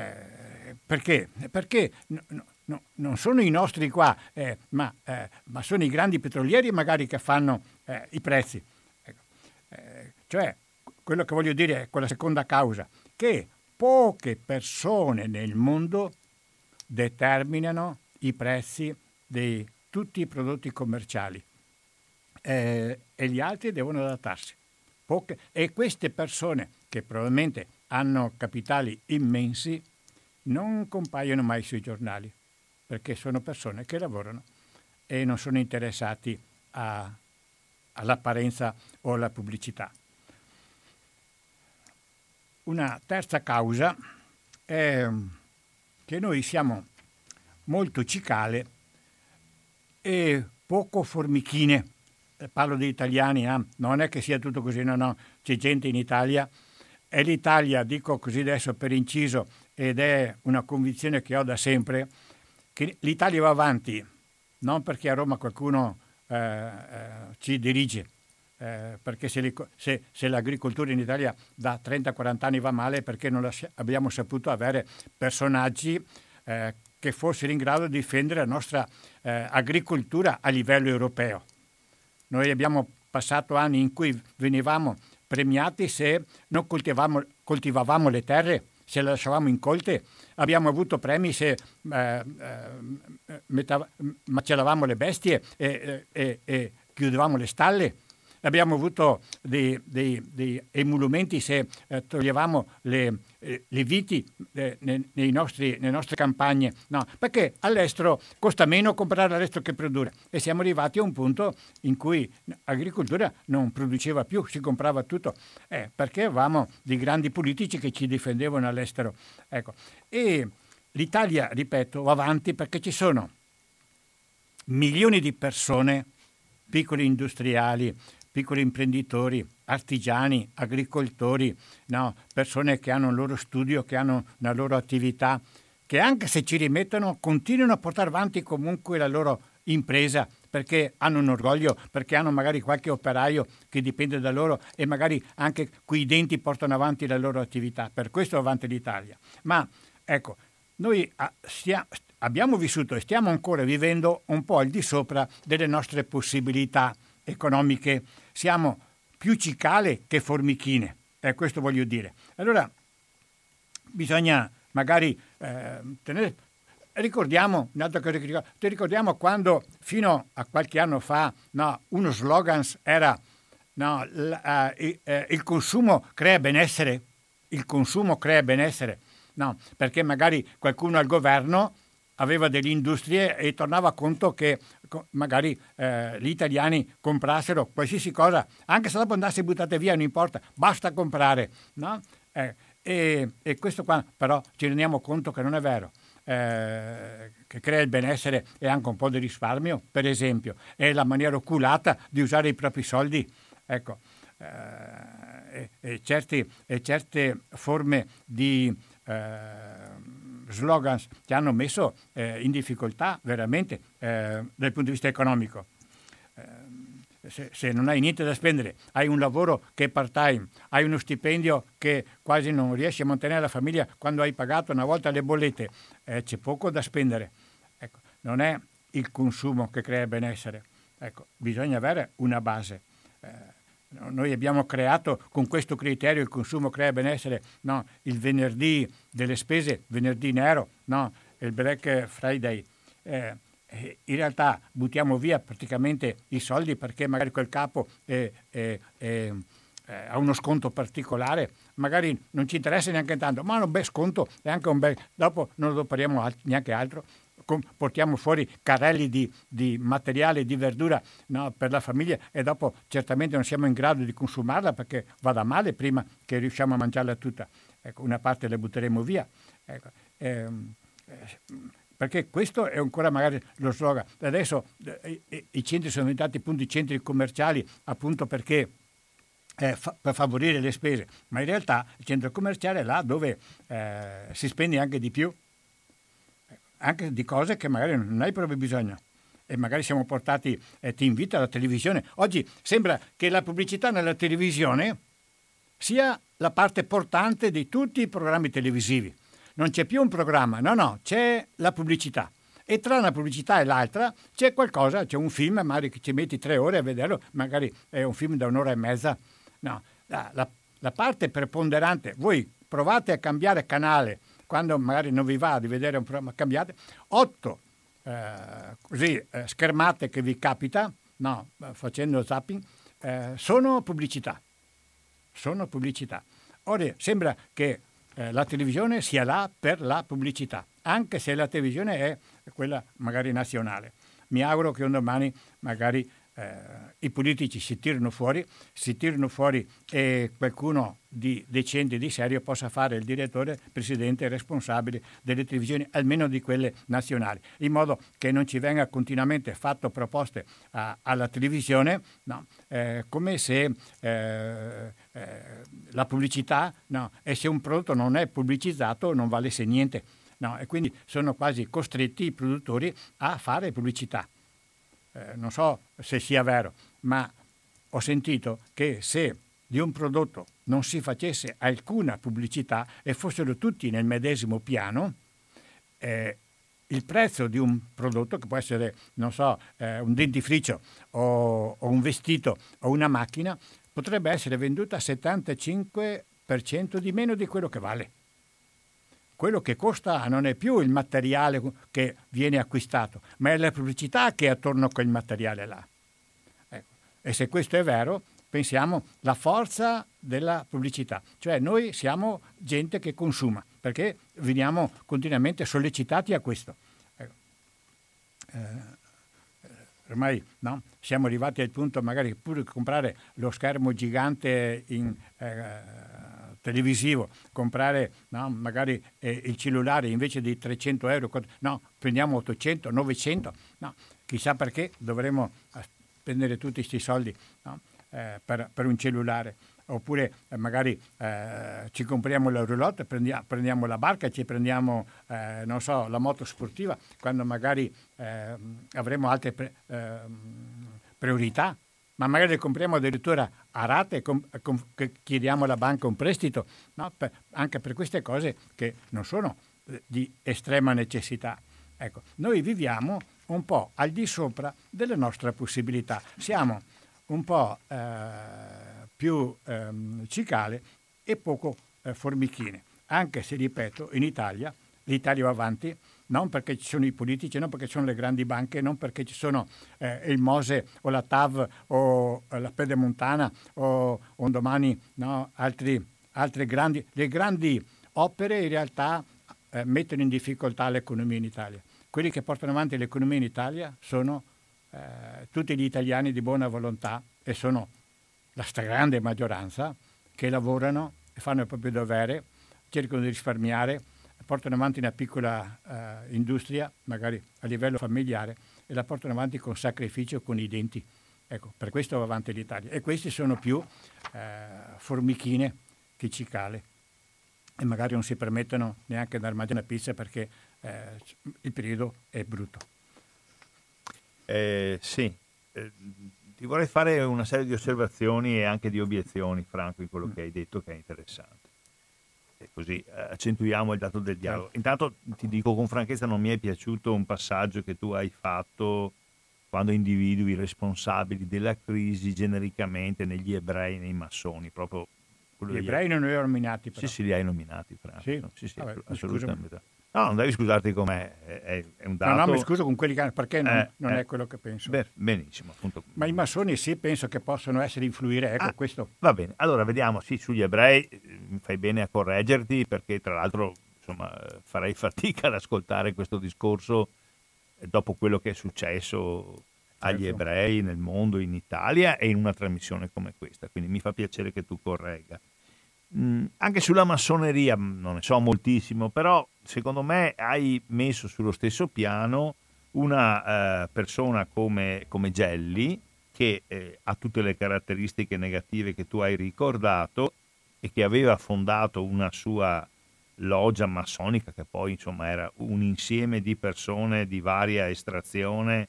Eh, perché? Perché no, no, non sono i nostri qua, eh, ma, eh, ma sono i grandi petrolieri magari che fanno eh, i prezzi. Ecco. Eh, cioè, quello che voglio dire è quella seconda causa, che poche persone nel mondo determinano i prezzi di tutti i prodotti commerciali eh, e gli altri devono adattarsi. Poche, e queste persone che probabilmente hanno capitali immensi non compaiono mai sui giornali perché sono persone che lavorano e non sono interessati a, all'apparenza o alla pubblicità. Una terza causa è che noi siamo molto cicale e poco formichine. Parlo di italiani, eh? Non è che sia tutto così, no, no, c'è gente in Italia, e l'Italia, dico così adesso per inciso, ed è una convinzione che ho da sempre, che l'Italia va avanti, non perché a Roma qualcuno eh, eh, ci dirige, eh, perché se, li, se, se l'agricoltura in Italia da trenta quaranta anni va male perché non la, abbiamo saputo avere personaggi eh, che fossero in grado di difendere la nostra eh, agricoltura a livello europeo. Noi abbiamo passato anni in cui venivamo premiati se non coltivavamo, coltivavamo le terre, se le lasciavamo incolte, abbiamo avuto premi se eh, eh, metta, macellavamo le bestie e, e, e chiudevamo le stalle. Abbiamo avuto dei, dei, dei emolumenti se eh, toglievamo le, eh, le viti eh, nei, nei nostri, nelle nostre campagne. No, perché all'estero costa meno comprare all'estero che produrre. E siamo arrivati a un punto in cui l'agricoltura non produceva più, si comprava tutto. Eh, perché avevamo dei grandi politici che ci difendevano all'estero. Ecco. E l'Italia, ripeto, va avanti perché ci sono milioni di persone, piccoli industriali, piccoli imprenditori, artigiani, agricoltori, no? Persone che hanno il loro studio, che hanno la loro attività, che anche se ci rimettono continuano a portare avanti comunque la loro impresa perché hanno un orgoglio, perché hanno magari qualche operaio che dipende da loro e magari anche quei denti portano avanti la loro attività. Per questo va avanti l'Italia. Ma ecco, noi stia, abbiamo vissuto e stiamo ancora vivendo un po' al di sopra delle nostre possibilità economiche, siamo più cicale che formichine, eh, questo voglio dire. Allora bisogna magari eh, tenere, ricordiamo, un'altra cosa che ricordiamo, ti ricordiamo quando fino a qualche anno fa no, uno slogan era no, l, uh, uh, il consumo crea benessere, il consumo crea benessere, no, perché magari qualcuno al governo aveva delle industrie e tornava conto che magari eh, gli italiani comprassero qualsiasi cosa, anche se dopo andasse buttate via, non importa, basta comprare, no? Eh, e, e questo qua però ci rendiamo conto che non è vero, eh, che crea il benessere e anche un po' di risparmio, per esempio, è la maniera oculata di usare i propri soldi, ecco, eh, e, e, certi, e certe forme di eh, slogans che hanno messo eh, in difficoltà veramente eh, dal punto di vista economico. Eh, se, se non hai niente da spendere, hai un lavoro che è part-time, hai uno stipendio che quasi non riesci a mantenere la famiglia quando hai pagato una volta le bollette, eh, c'è poco da spendere. Ecco, non è il consumo che crea benessere. Ecco, bisogna avere una base. Eh, Noi abbiamo creato con questo criterio il consumo crea benessere, no? Il venerdì delle spese, venerdì nero, no? Il Black Friday. Eh, in realtà buttiamo via praticamente i soldi perché magari quel capo è, è, è, è, ha uno sconto particolare, magari non ci interessa neanche tanto, ma un bel sconto è anche un bel... Dopo non lo pariamo alt- neanche altro. Portiamo fuori carrelli di, di materiale, di verdura no, per la famiglia e dopo certamente non siamo in grado di consumarla perché vada male prima che riusciamo a mangiarla tutta. Ecco, una parte la butteremo via. Ecco, ehm, eh, perché questo è ancora magari lo slogan. Adesso eh, i, i centri sono diventati appunto i centri commerciali appunto perché eh, fa, per favorire le spese, ma in realtà il centro commerciale è là dove eh, si spende anche di più, anche di cose che magari non hai proprio bisogno e magari siamo portati, eh, ti invita alla televisione. Oggi sembra che la pubblicità nella televisione sia la parte portante di tutti i programmi televisivi. Non c'è più un programma, no, no, c'è la pubblicità. E tra una pubblicità e l'altra c'è qualcosa, c'è un film, magari che ci metti tre ore a vederlo, magari è un film da un'ora e mezza. No, la, la, la parte preponderante, voi provate a cambiare canale, quando magari non vi va di vedere un programma, cambiate, otto eh, così, eh, schermate che vi capita, no, facendo zapping, eh, sono pubblicità. Sono pubblicità. Ora sembra che eh, la televisione sia là per la pubblicità, anche se la televisione è quella magari nazionale. Mi auguro che un domani magari eh, i politici si tirano fuori, si tirano fuori e qualcuno di decente, di serio possa fare il direttore, presidente, responsabile delle televisioni, almeno di quelle nazionali, in modo che non ci venga continuamente fatto proposte a, alla televisione, no, eh, come se eh, eh, la pubblicità, no, e se un prodotto non è pubblicizzato non valesse niente, no, e quindi sono quasi costretti i produttori a fare pubblicità. Eh, non so se sia vero, ma ho sentito che se di un prodotto non si facesse alcuna pubblicità e fossero tutti nel medesimo piano, eh, il prezzo di un prodotto, che può essere, non so, eh, un dentifricio o, o un vestito o una macchina, potrebbe essere venduta a settantacinque per cento di meno di quello che vale. quello che costa non è più il materiale che viene acquistato, ma è la pubblicità che è attorno a quel materiale là. Ecco. E se questo è vero, pensiamo alla forza della pubblicità. Cioè noi siamo gente che consuma, perché veniamo continuamente sollecitati a questo. Ecco. Eh, ormai no? Siamo arrivati al punto magari pure di comprare lo schermo gigante in eh, televisivo, comprare no? magari eh, il cellulare invece di trecento euro, no, prendiamo ottocento, novecento, no, chissà perché dovremmo spendere tutti questi soldi no? eh, per, per un cellulare. Oppure eh, magari eh, ci compriamo la roulotte, prendiamo, prendiamo la barca, ci prendiamo, eh, non so, la moto sportiva, quando magari eh, avremo altre pre, eh, priorità, ma magari le compriamo addirittura a rate, com, com, che chiediamo alla banca un prestito, no? per, anche per queste cose che non sono di estrema necessità. Ecco, noi viviamo un po' al di sopra delle nostre possibilità, siamo un po' eh, più ehm, cicale e poco eh, formichine, anche se, ripeto, in Italia l'Italia va avanti non perché ci sono i politici, non perché ci sono le grandi banche, non perché ci sono eh, il Mose o la T A V o la Pedemontana o, o domani no, altri, altre grandi, le grandi opere in realtà eh, mettono in difficoltà l'economia in Italia. Quelli che portano avanti l'economia in Italia sono eh, tutti gli italiani di buona volontà e sono la stragrande maggioranza che lavorano e fanno il proprio dovere, cercano di risparmiare, portano avanti una piccola uh, industria, magari a livello familiare, e la portano avanti con sacrificio, con i denti. Ecco, per questo va avanti l'Italia. E questi sono più uh, formichine che cicale. E magari non si permettono neanche di mangiare una pizza perché uh, il periodo è brutto.
Eh, sì. Eh, ti vorrei fare una serie di osservazioni e anche di obiezioni, Franco, in quello mm. che hai detto, che è interessante. E così eh, accentuiamo il dato del dialogo. Certo. Intanto ti dico con franchezza, non mi è piaciuto un passaggio che tu hai fatto quando individui i responsabili della crisi genericamente negli ebrei e nei massoni. Proprio
gli ebrei non li ho nominati, però.
Sì, sì, li hai nominati, Franco.
Sì?
Sì, sì,
Vabbè,
assolutamente. No, non devi scusarti con me, è, è un dato...
No, no, mi scuso con quelli che... perché non,
eh,
non
eh,
è quello che penso.
Beh, benissimo, appunto.
Ma i massoni sì, penso che possono essere influire, ecco
ah,
questo.
Va bene, allora vediamo, sì, sugli ebrei fai bene a correggerti perché tra l'altro insomma farei fatica ad ascoltare questo discorso dopo quello che è successo agli certo. ebrei nel mondo, in Italia e in una trasmissione come questa, quindi mi fa piacere che tu corregga. Mm, anche sulla massoneria non ne so moltissimo, però secondo me hai messo sullo stesso piano una eh, persona come, come Gelli che eh, ha tutte le caratteristiche negative che tu hai ricordato e che aveva fondato una sua loggia massonica che poi insomma era un insieme di persone di varia estrazione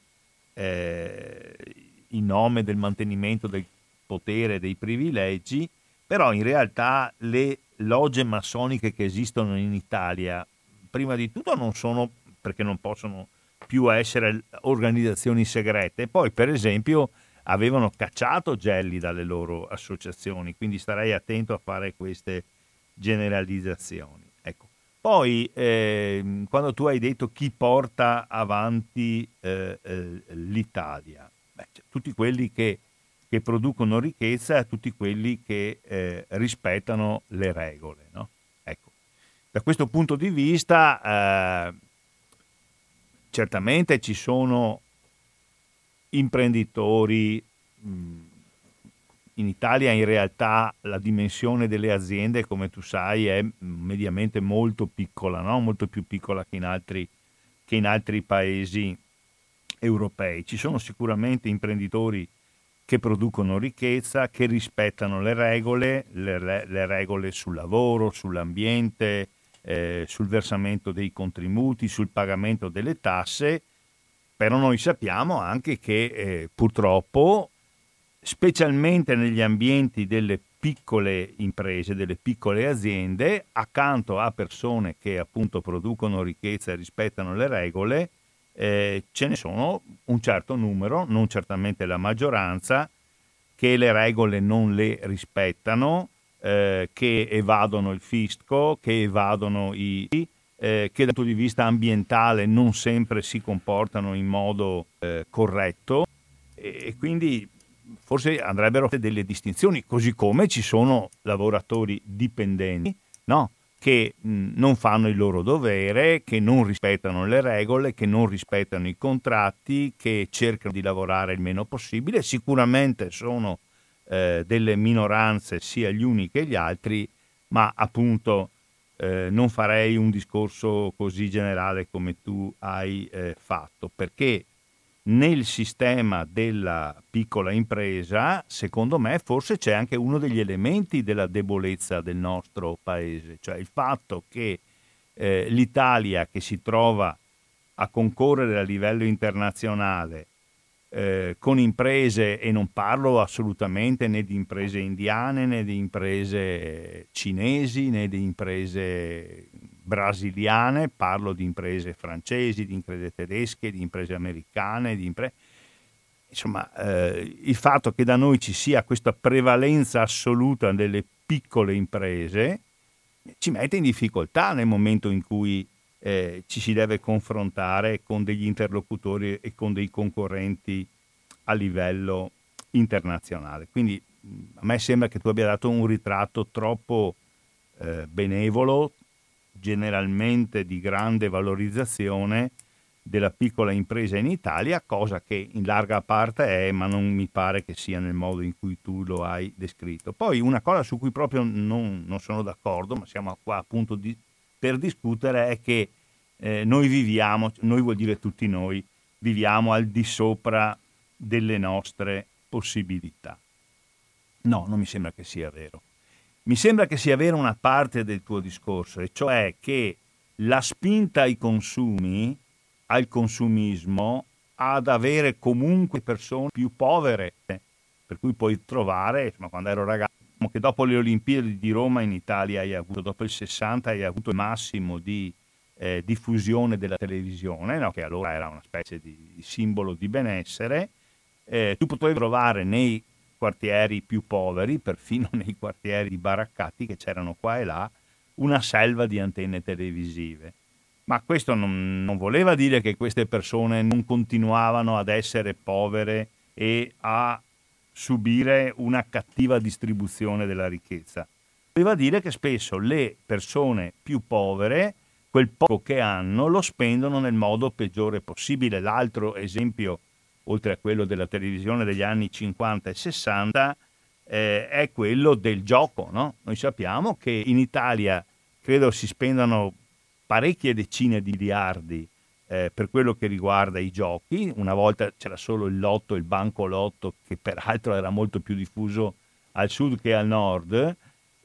eh, in nome del mantenimento del potere e dei privilegi. Però in realtà le logge massoniche che esistono in Italia, prima di tutto non sono, perché non possono più essere organizzazioni segrete, poi per esempio avevano cacciato Gelli dalle loro associazioni, quindi starei attento a fare queste generalizzazioni. Ecco. Poi eh, quando tu hai detto chi porta avanti eh, eh, l'Italia, beh, cioè, tutti quelli che che producono ricchezza a tutti quelli che eh, rispettano le regole, no? Ecco. Da questo punto di vista eh, certamente ci sono imprenditori mh, in Italia. In realtà la dimensione delle aziende, come tu sai, è mediamente molto piccola, no? Molto più piccola che in altri, che in altri paesi europei. Ci sono sicuramente imprenditori che producono ricchezza, che rispettano le regole, le, le regole sul lavoro, sull'ambiente, eh, sul versamento dei contributi, sul pagamento delle tasse, però noi sappiamo anche che eh, purtroppo, specialmente negli ambienti delle piccole imprese, delle piccole aziende, accanto a persone che appunto producono ricchezza e rispettano le regole, Eh, ce ne sono un certo numero, non certamente la maggioranza, che le regole non le rispettano, eh, che evadono il fisco, che evadono i eh, che dal punto di vista ambientale non sempre si comportano in modo eh, corretto, e, e quindi forse andrebbero fatte delle distinzioni, così come ci sono lavoratori dipendenti, no? Che mh, non fanno il loro dovere, che non rispettano le regole, che non rispettano i contratti, che cercano di lavorare il meno possibile. Sicuramente sono eh, delle minoranze, sia gli uni che gli altri, ma appunto eh, non farei un discorso così generale come tu hai eh, fatto, perché nel sistema della piccola impresa, secondo me, forse c'è anche uno degli elementi della debolezza del nostro paese, cioè il fatto che eh, l'Italia, che si trova a concorrere a livello internazionale eh, con imprese, e non parlo assolutamente né di imprese indiane, né di imprese cinesi, né di imprese brasiliane, parlo di imprese francesi, di imprese tedesche, di imprese americane, di impre... insomma eh, il fatto che da noi ci sia questa prevalenza assoluta delle piccole imprese ci mette in difficoltà nel momento in cui eh, ci si deve confrontare con degli interlocutori e con dei concorrenti a livello internazionale. Quindi a me sembra che tu abbia dato un ritratto troppo eh, benevolo, generalmente di grande valorizzazione della piccola impresa in Italia, cosa che in larga parte è, ma non mi pare che sia nel modo in cui tu lo hai descritto. Poi una cosa su cui proprio non, non sono d'accordo, ma siamo qua appunto di, per discutere, è che eh, noi viviamo, noi vuol dire tutti noi, viviamo al di sopra delle nostre possibilità. No, non mi sembra che sia vero. Mi sembra che sia vera una parte del tuo discorso, e cioè che la spinta ai consumi, al consumismo, ad avere comunque persone più povere, per cui puoi trovare, insomma, quando ero ragazzo, che dopo le Olimpiadi di Roma in Italia hai avuto, dopo il sessanta hai avuto il massimo di eh, diffusione della televisione, no? Che allora era una specie di, di simbolo di benessere, eh, tu potevi trovare nei quartieri più poveri, perfino nei quartieri di baraccati che c'erano qua e là, una selva di antenne televisive. Ma questo non, non voleva dire che queste persone non continuavano ad essere povere e a subire una cattiva distribuzione della ricchezza. Voleva dire che spesso le persone più povere, quel poco che hanno, lo spendono nel modo peggiore possibile. L'altro esempio, oltre a quello della televisione degli anni cinquanta e sessanta, eh, è quello del gioco, no? Noi sappiamo che in Italia credo si spendano parecchie decine di miliardi eh, per quello che riguarda i giochi. Una volta c'era solo il lotto, il banco lotto, che peraltro era molto più diffuso al sud che al nord,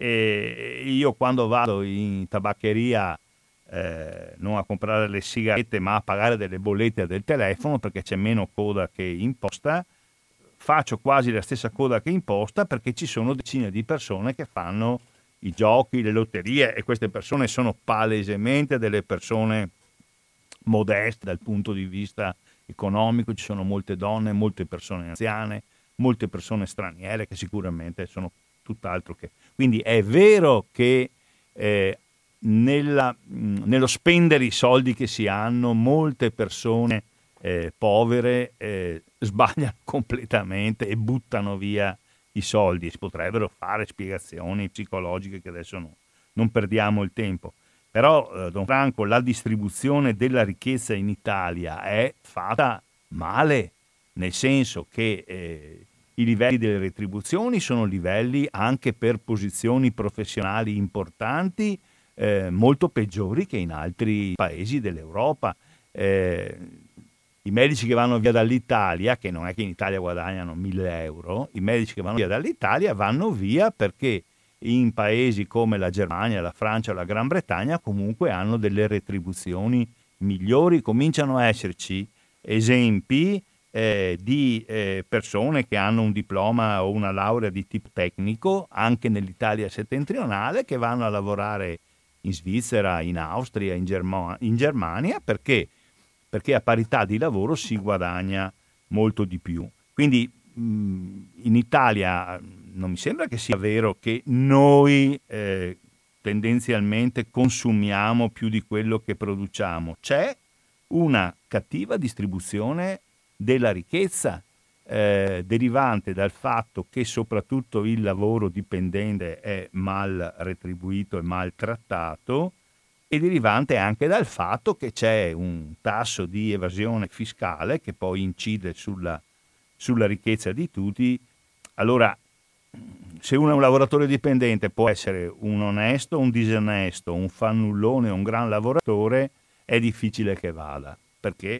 e io quando vado in tabaccheria Eh, non a comprare le sigarette ma a pagare delle bollette del telefono perché c'è meno coda che in posta, faccio quasi la stessa coda che in posta perché ci sono decine di persone che fanno i giochi, le lotterie, e queste persone sono palesemente delle persone modeste dal punto di vista economico. Ci sono molte donne, molte persone anziane, molte persone straniere che sicuramente sono tutt'altro che... Quindi è vero che eh, Nella, nello spendere i soldi che si hanno, molte persone eh, povere eh, sbagliano completamente e buttano via i soldi. Si potrebbero fare spiegazioni psicologiche che adesso no, non perdiamo il tempo. Però, eh, Don Franco, la distribuzione della ricchezza in Italia è fatta male, nel senso che eh, i livelli delle retribuzioni sono livelli anche per posizioni professionali importanti Eh, molto peggiori che in altri paesi dell'Europa. Eh, I medici che vanno via dall'Italia, che non è che in Italia guadagnano mille euro, i medici che vanno via dall'Italia vanno via perché in paesi come la Germania, la Francia o la Gran Bretagna comunque hanno delle retribuzioni migliori. Cominciano a esserci esempi eh, di eh, persone che hanno un diploma o una laurea di tipo tecnico anche nell'Italia settentrionale, che vanno a lavorare in Svizzera, in Austria, in, Germa- in Germania, perché? Perché a parità di lavoro si guadagna molto di più. Quindi mh, in Italia non mi sembra che sia vero che noi eh, tendenzialmente consumiamo più di quello che produciamo. C'è una cattiva distribuzione della ricchezza eh, derivante dal fatto che soprattutto il lavoro dipendente è mal retribuito e maltrattato, e derivante anche dal fatto che c'è un tasso di evasione fiscale che poi incide sulla, sulla ricchezza di tutti. Allora, se uno è un lavoratore dipendente può essere un onesto, un disonesto, un fannullone, un gran lavoratore, è difficile che vada, perché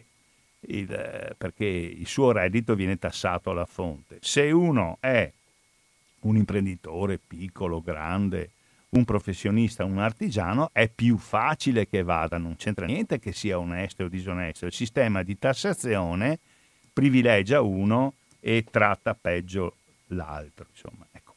il, perché il suo reddito viene tassato alla fonte. Se uno è un imprenditore piccolo, grande, un professionista, un artigiano, è più facile che vada, non c'entra niente che sia onesto o disonesto. Il sistema di tassazione privilegia uno e tratta peggio l'altro, insomma, ecco.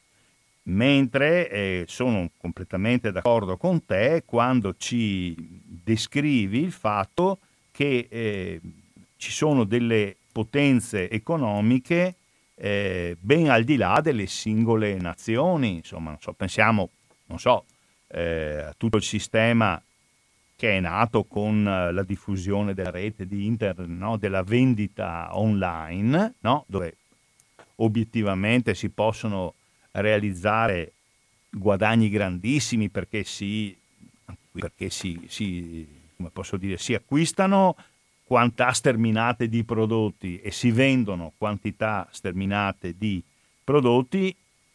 Mentre eh, sono completamente d'accordo con te quando ci descrivi il fatto che eh, ci sono delle potenze economiche eh, ben al di là delle singole nazioni, insomma, non so, pensiamo non so, eh, a tutto il sistema che è nato con la diffusione della rete di internet, no? Della vendita online, no? Dove obiettivamente si possono realizzare guadagni grandissimi perché si, perché si, si, come posso dire, si acquistano quantità sterminate di prodotti e si vendono quantità sterminate di prodotti.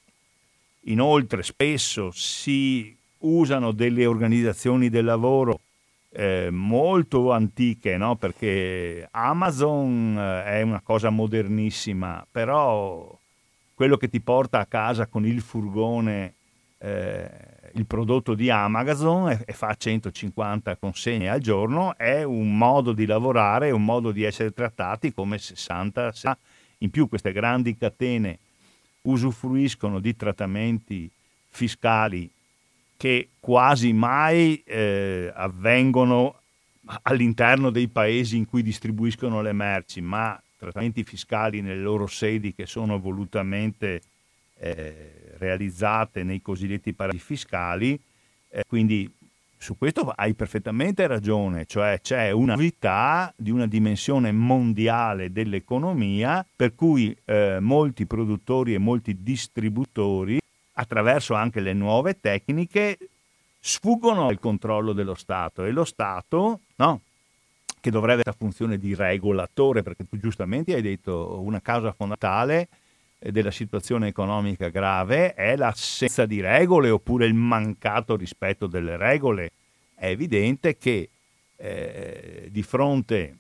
Inoltre spesso si usano delle organizzazioni del lavoro eh, molto antiche, no? Perché Amazon è una cosa modernissima, però quello che ti porta a casa con il furgone eh, il prodotto di Amazon e, e fa centocinquanta consegne al giorno è un modo di lavorare, un modo di essere trattati come sessanta. In più queste grandi catene usufruiscono di trattamenti fiscali che quasi mai eh, avvengono all'interno dei paesi in cui distribuiscono le merci, ma trattamenti fiscali nelle loro sedi che sono volutamente eh, realizzate nei cosiddetti paradisi fiscali. Eh, quindi su questo hai perfettamente ragione, cioè c'è una novità di una dimensione mondiale dell'economia per cui eh, molti produttori e molti distributori, attraverso anche le nuove tecniche, sfuggono al controllo dello Stato, e lo Stato, no, che dovrebbe avere la funzione di regolatore, perché tu giustamente hai detto una causa fondamentale della situazione economica grave è l'assenza di regole oppure il mancato rispetto delle regole. È evidente che eh, di fronte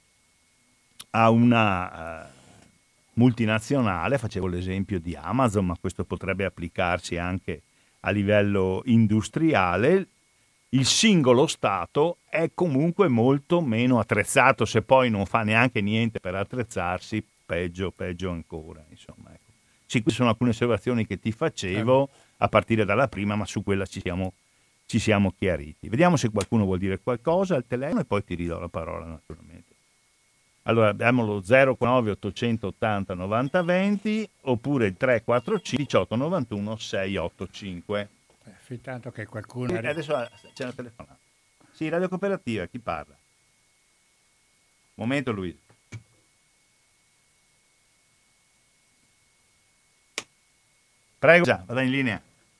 a una uh, multinazionale, facevo l'esempio di Amazon, ma questo potrebbe applicarsi anche a livello industriale, il singolo Stato è comunque molto meno attrezzato, se poi non fa neanche niente per attrezzarsi, peggio, peggio ancora, insomma, ecco. Sì, queste sono alcune osservazioni che ti facevo a partire dalla prima, ma su quella ci siamo, ci siamo chiariti. Vediamo se qualcuno vuol dire qualcosa al telefono e poi ti ridò la parola naturalmente. Allora abbiamo lo zero nove ottocentottanta novanta venti oppure il tre quattro cinque diciotto novantuno sei otto cinque.
Eh, fin tanto che qualcuno...
E adesso c'è una telefonata. Sì, Radio Cooperativa, chi parla? Momento Luisa. Prego, già, vada in linea.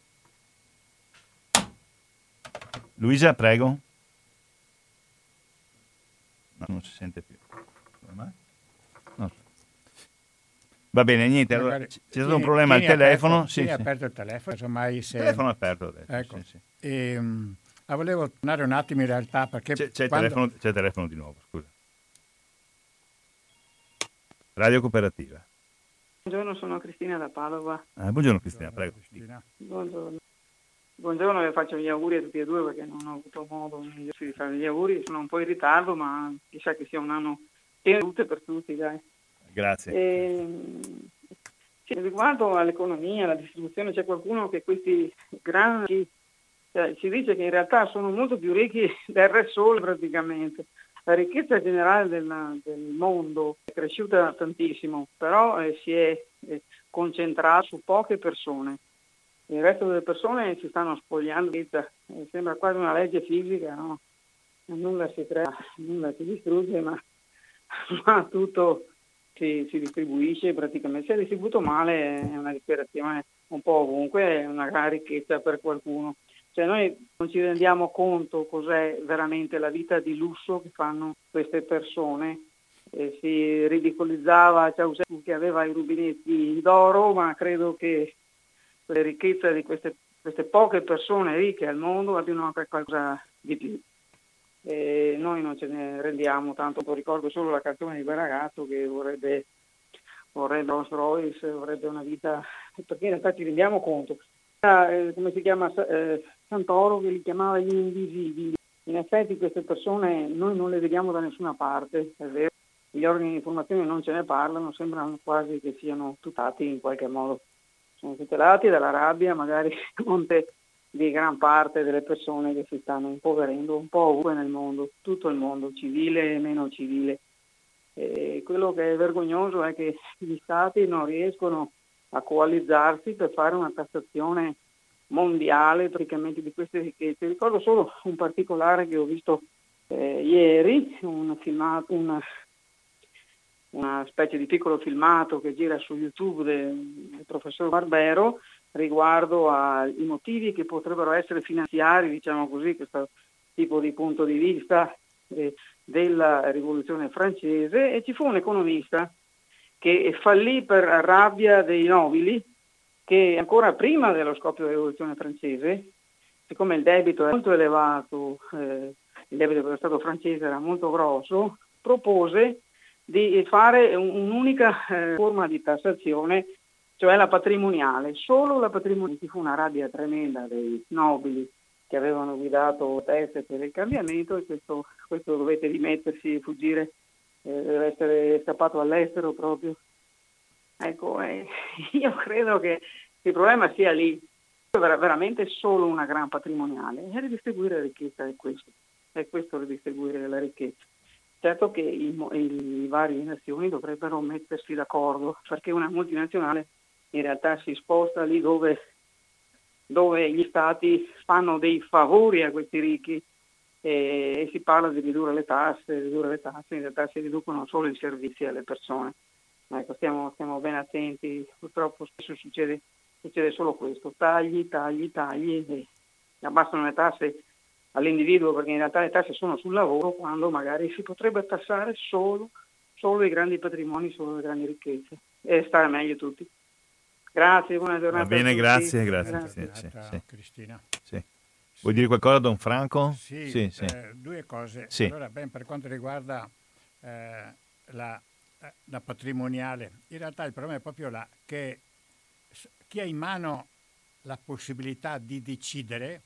Luisa, prego. No, non si sente più. No. Va bene, niente. Allora, c'è stato un problema al telefono.
Aperto,
sì,
sì,
sì.
aperto il telefono. Insomma, se...
Il telefono è aperto adesso.
Ecco.
Sì, sì.
E, um, ah, volevo tornare un attimo in realtà perché
c'è, c'è,
quando...
il telefono, c'è il telefono di nuovo, scusa. Radio Cooperativa.
Buongiorno, sono Cristina da Padova.
Ah, buongiorno Cristina, prego.
Cristina.
Buongiorno. Buongiorno, le faccio gli auguri a tutti e due perché non ho avuto modo di fare gli auguri, sono un po' in ritardo, ma chissà che sia un anno pieno di salute per tutti, dai.
Grazie.
E, sì, riguardo all'economia, alla distribuzione, c'è qualcuno che questi grandi, cioè, si dice che in realtà sono molto più ricchi del Re Sole praticamente. La ricchezza generale della, del mondo è cresciuta tantissimo, però eh, si è eh, concentrata su poche persone. Il resto delle persone si stanno spogliando, eh, sembra quasi una legge fisica, no? Nulla si crea, nulla si distrugge, ma, ma tutto si, si distribuisce praticamente. Se è distribuito male è una disperazione un po' ovunque, è una gran ricchezza per qualcuno. Cioè noi non ci rendiamo conto cos'è veramente la vita di lusso che fanno queste persone. Eh, si ridicolizzava Ceausescu che aveva i rubinetti d'oro, ma credo che le ricchezze di queste, queste poche persone ricche al mondo abbiano anche qualcosa di più. E noi non ce ne rendiamo tanto. Ricordo solo la canzone di quel ragazzo che vorrebbe, vorrebbe Rolls Royce, vorrebbe una vita, perché in realtà ci rendiamo conto. Eh, come si chiama eh, Santoro che li chiamava gli invisibili. In effetti queste persone noi non le vediamo da nessuna parte, è vero. Gli organi di informazione non ce ne parlano, sembrano quasi che siano tutati in qualche modo. Sono tutelati dalla rabbia, magari a monte di gran parte delle persone che si stanno impoverendo un po' ovunque nel mondo, tutto il mondo, civile e meno civile. E quello che è vergognoso è che gli stati non riescono a coalizzarsi per fare una tassazione mondiale praticamente di queste ricchezze. Ricordo solo un particolare che ho visto eh, ieri, un filmato, una, una specie di piccolo filmato che gira su YouTube del, del professor Barbero riguardo ai motivi che potrebbero essere finanziari, diciamo così, questo tipo di punto di vista eh, della rivoluzione francese, e ci fu un economista che fallì per rabbia dei nobili che ancora prima dello scoppio della rivoluzione francese, siccome il debito era molto elevato, eh, il debito per lo Stato francese era molto grosso, propose di fare un'unica eh, forma di tassazione, cioè la patrimoniale, solo la patrimoniale. Ci fu una rabbia tremenda dei nobili che avevano guidato teste per il cambiamento, e questo, questo dovete dimettersi e fuggire, eh, deve essere scappato all'estero proprio. Ecco, eh, io credo che il problema sia lì, era veramente solo una gran patrimoniale, e ridistribuire la ricchezza è questo, è questo ridistribuire la ricchezza. Certo che i, i, i varie nazioni dovrebbero mettersi d'accordo, perché una multinazionale in realtà si sposta lì dove, dove gli stati fanno dei favori a questi ricchi, e, e si parla di ridurre le tasse, ridurre le tasse, in realtà si riducono solo i servizi alle persone. Ecco, stiamo, stiamo ben attenti, purtroppo spesso succede, succede solo questo, tagli, tagli, tagli, e abbassano le tasse all'individuo, perché in realtà le tasse sono sul lavoro, quando magari si potrebbe tassare solo, solo i grandi patrimoni, solo le grandi ricchezze, e stare meglio tutti. Grazie, buona giornata.
Va bene,
a tutti.
grazie, grazie.
Grazie.
Sì, sì, sì.
Cristina.
Sì. Vuoi dire qualcosa, Don Franco?
Sì,
sì, sì.
Eh, due cose.
Sì.
Allora, ben, per quanto riguarda eh, la, la patrimoniale, in realtà il problema è proprio là, che chi ha in mano la possibilità di decidere,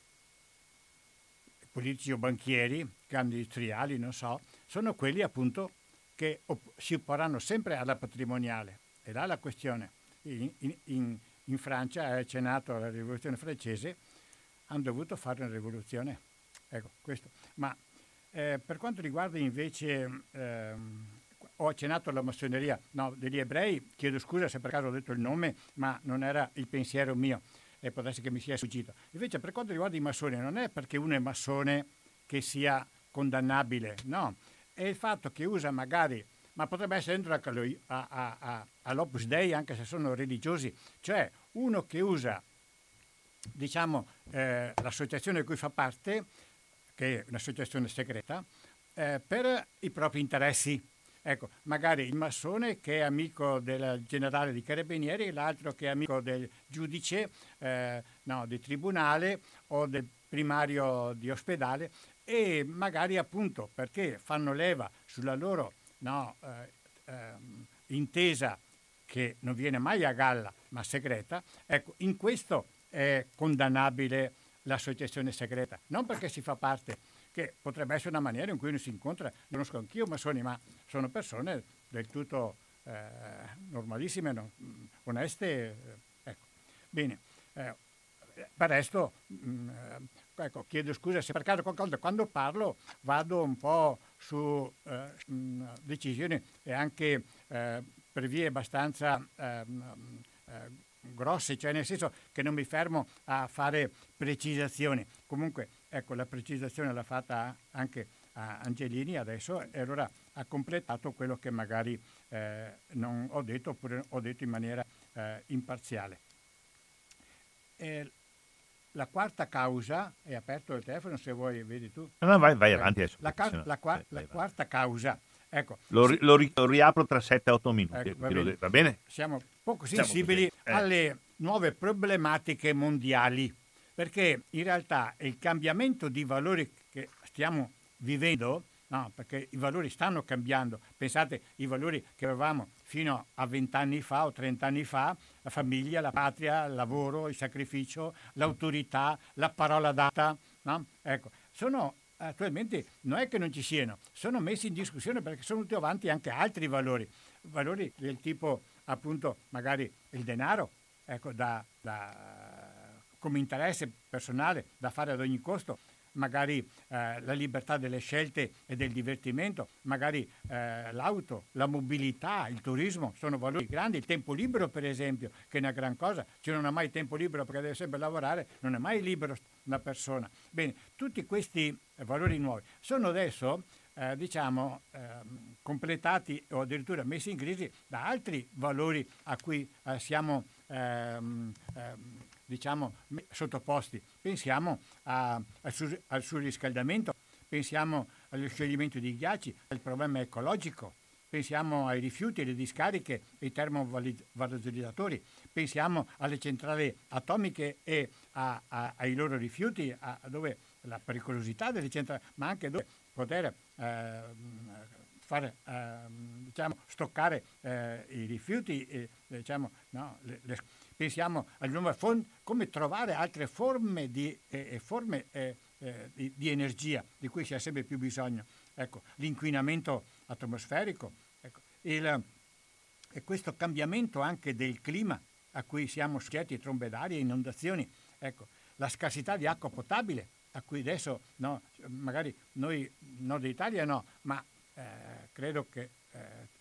politici o banchieri, grandi industriali, non so, sono quelli appunto che op- si opporranno sempre alla patrimoniale. E là la questione. In, in, in Francia, è accennato alla rivoluzione francese, hanno dovuto fare una rivoluzione. Ecco, questo. Ma eh, per quanto riguarda invece, ehm, ho accennato alla massoneria, no, degli ebrei, chiedo scusa se per caso ho detto il nome, ma non era il pensiero mio, e può essere che mi sia sfuggito. Invece per quanto riguarda i massoni, non è perché uno è massone che sia condannabile, no, è il fatto che usa magari, ma potrebbe essere dentro a, a, a, all'Opus Dei, anche se sono religiosi, cioè uno che usa, diciamo, eh, l'associazione di cui fa parte, che è un'associazione segreta, eh, per i propri interessi. Ecco, magari il massone che è amico del generale di carabinieri, l'altro che è amico del giudice, eh, no, di tribunale o del primario di ospedale, e magari appunto perché fanno leva sulla loro no, eh, eh, intesa, che non viene mai a galla ma segreta. Ecco, in questo è condannabile l'associazione segreta, non perché si fa parte, che potrebbe essere una maniera in cui uno si incontra, conosco anch'io massoni, ma sono persone del tutto eh, normalissime, no? Oneste, eh, ecco. Bene, eh, per resto, mh, ecco, chiedo scusa se per caso qualcosa, quando parlo vado un po' su eh, mh, decisioni e anche eh, per vie abbastanza eh, eh, grosse, cioè nel senso che non mi fermo a fare precisazioni. Comunque, ecco, la precisazione l'ha fatta anche a Angelini adesso, e allora ha completato quello che magari eh, non ho detto, oppure ho detto in maniera eh, imparziale. E la quarta causa, è aperto il telefono se vuoi, vedi tu.
No, no, vai, vai avanti adesso.
La, ca- la, qua-
vai, vai
la quarta causa, ecco.
Lo,
sì,
lo, ri- lo riapro tra sette otto minuti.
ecco, va,
Lo
bene.
de- va bene?
Siamo poco
Siamo
sensibili
così, eh.
alle nuove problematiche mondiali, perché in realtà il cambiamento di valori che stiamo vivendo, no, perché i valori stanno cambiando. Pensate, i valori che avevamo fino a vent'anni fa o trent'anni fa, la famiglia, la patria, il lavoro, il sacrificio, l'autorità, la parola data, no? Ecco, sono attualmente, non è che non ci siano, sono messi in discussione perché sono venuti avanti anche altri valori, valori del tipo appunto magari il denaro, ecco, da, da, come interesse personale da fare ad ogni costo, magari eh, la libertà delle scelte e del divertimento, magari eh, l'auto, la mobilità, il turismo, sono valori grandi, il tempo libero per esempio, che è una gran cosa, se non ha mai tempo libero perché deve sempre lavorare, non è mai libero una persona. Bene, tutti questi valori nuovi sono adesso eh, diciamo eh, completati o addirittura messi in crisi da altri valori a cui eh, siamo ehm, ehm, diciamo sottoposti. Pensiamo a, al, sur, al surriscaldamento, pensiamo allo scioglimento dei ghiacci, al problema ecologico, pensiamo ai rifiuti, alle discariche, ai termovalorizzatori, pensiamo alle centrali atomiche e a, a, ai loro rifiuti, a, a dove la pericolosità delle centrali, ma anche dove poter eh, fare, eh, diciamo, stoccare eh, i rifiuti, e, diciamo, no, le, le, pensiamo alle nuove forme, come trovare altre forme di, eh, forme, eh, eh, di, di energia di cui si ha sempre più bisogno. Ecco, l'inquinamento atmosferico, ecco, il, e questo cambiamento anche del clima a cui siamo soggetti, trombe d'aria, inondazioni, ecco, la scarsità di acqua potabile a cui adesso no, magari noi Nord Italia no, ma eh, credo che eh,